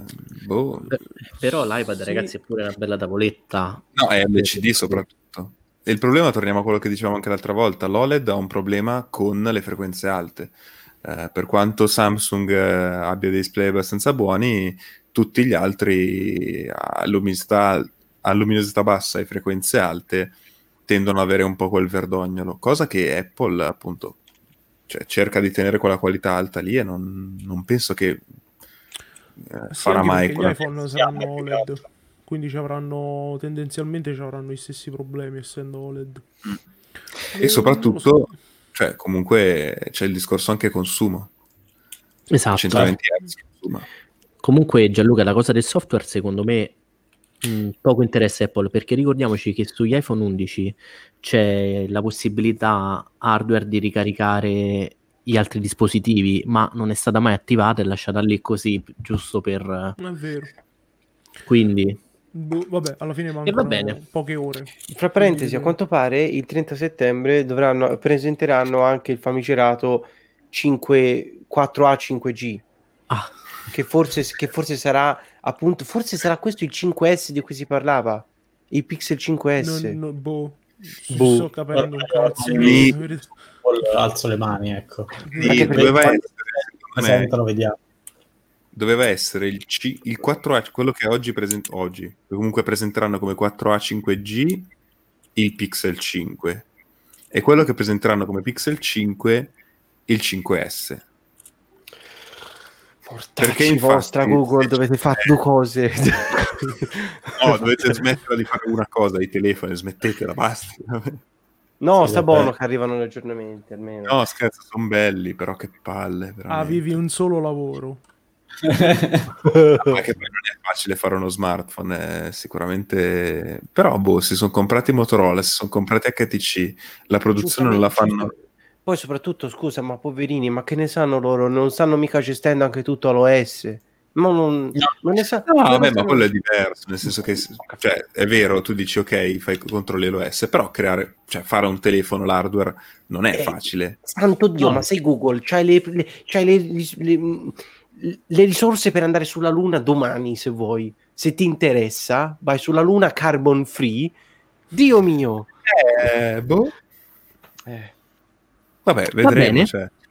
Però l'iPad, ragazzi, è pure una bella tavoletta. No, è LCD soprattutto. E il problema, torniamo a quello che dicevamo anche l'altra volta, l'OLED ha un problema con le frequenze alte. Per quanto Samsung abbia dei display abbastanza buoni, tutti gli altri a luminosità bassa e frequenze alte tendono ad avere un po' quel verdognolo, cosa che Apple appunto cerca di tenere quella qualità alta lì, e non penso che farà mai. Gli iPhone saranno OLED, quindi tendenzialmente ci avranno gli stessi problemi essendo OLED. E soprattutto comunque c'è il discorso anche consumo. Esatto. 120 Hz consuma. Comunque Gianluca, la cosa del software secondo me poco interessa Apple, perché ricordiamoci che sugli iPhone 11 c'è la possibilità hardware di ricaricare gli altri dispositivi, ma non è stata mai attivata, è lasciata lì così giusto per... È vero. Quindi Vabbè, alla fine mancano va bene. poche ore. Fra parentesi, a quanto pare il 30 settembre presenteranno anche il famigerato 4A 5G. Che forse sarà appunto, forse sarà questo il 5S di cui si parlava, il Pixel 5S. Sto capendo un cazzo. Alzo le mani, ecco. Doveva essere il 4A, quello che oggi comunque presenteranno come 4A 5G, il Pixel 5, e quello che presenteranno come Pixel 5 il 5S. Perché in vostra Google dovete fare due cose. No, dovete smettere di fare una cosa, i telefoni, smettetela, basta. No, sta buono che arrivano gli aggiornamenti almeno. No, scherzo, sono belli, però che palle, veramente. Avevi un solo lavoro. Anche perché non è facile fare uno smartphone, sicuramente. Però si sono comprati Motorola, si sono comprati HTC, la produzione non la fanno. Poi soprattutto, scusa, ma poverini, ma che ne sanno loro? Non stanno mica gestendo anche tutto all'OS? Ma non ne sa. No, vabbè, ma quello è diverso, nel senso che, cioè, è vero, tu dici ok, controlli l'OS, però fare un telefono, l'hardware, non è facile. Santo Dio, ma sei Google, c'hai le risorse per andare sulla Luna domani, se vuoi. Se ti interessa, vai sulla Luna carbon free. Dio mio. Vabbè, vedremo.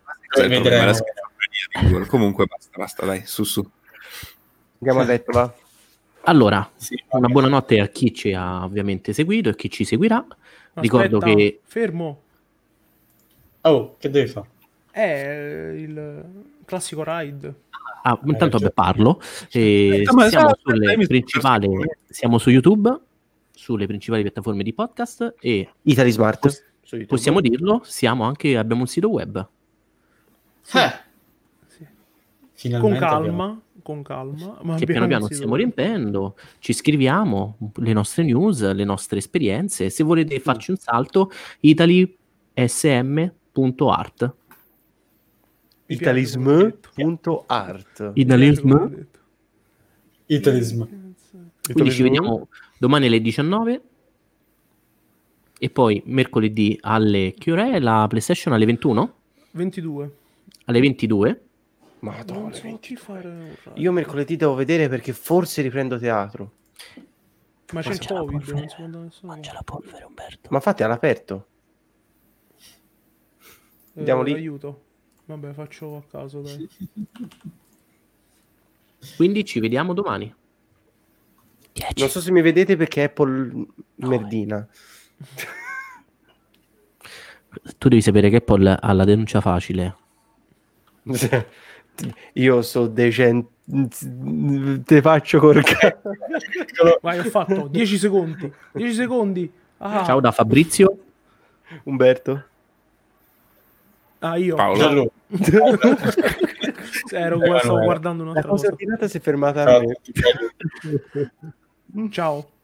Comunque basta, dai, su. Andiamo a letto, va. Allora, una buonanotte a chi ci ha ovviamente seguito e chi ci seguirà. Ricordo che... Fermo. Oh, che devi fare? Il classico ride. Intanto parlo. Siamo su YouTube, sulle principali piattaforme di podcast e Italy Smart. Possiamo dirlo, abbiamo un sito web. Finalmente con calma, ma che piano piano stiamo riempiendo, ci scriviamo le nostre news, le nostre esperienze. Se volete farci un salto, italysm.art. Italism.art. Italism. Quindi ci vediamo domani alle 19 e poi mercoledì alle che ora è la PlayStation alle 21? 22. Alle 22? Madonna, non so chi fare. Io mercoledì devo vedere perché forse riprendo teatro. Ma c'è il Covid, non si può andare nessuno. Mangia la polvere, Umberto. Ma fate all'aperto. Andiamo lì. Aiuto. Vabbè, faccio a caso, dai. Quindi ci vediamo domani. 10. Non so se mi vedete perché Apple merdina. Tu devi sapere che Apple ha la denuncia facile. Io so decente, te faccio corcare. Vai, ho fatto 10 secondi. 10 secondi. Ciao da Fabrizio. Umberto. Io. Paolo. Stavo guardando un'altra cosa. La cosa tirata si è fermata a me. Ciao.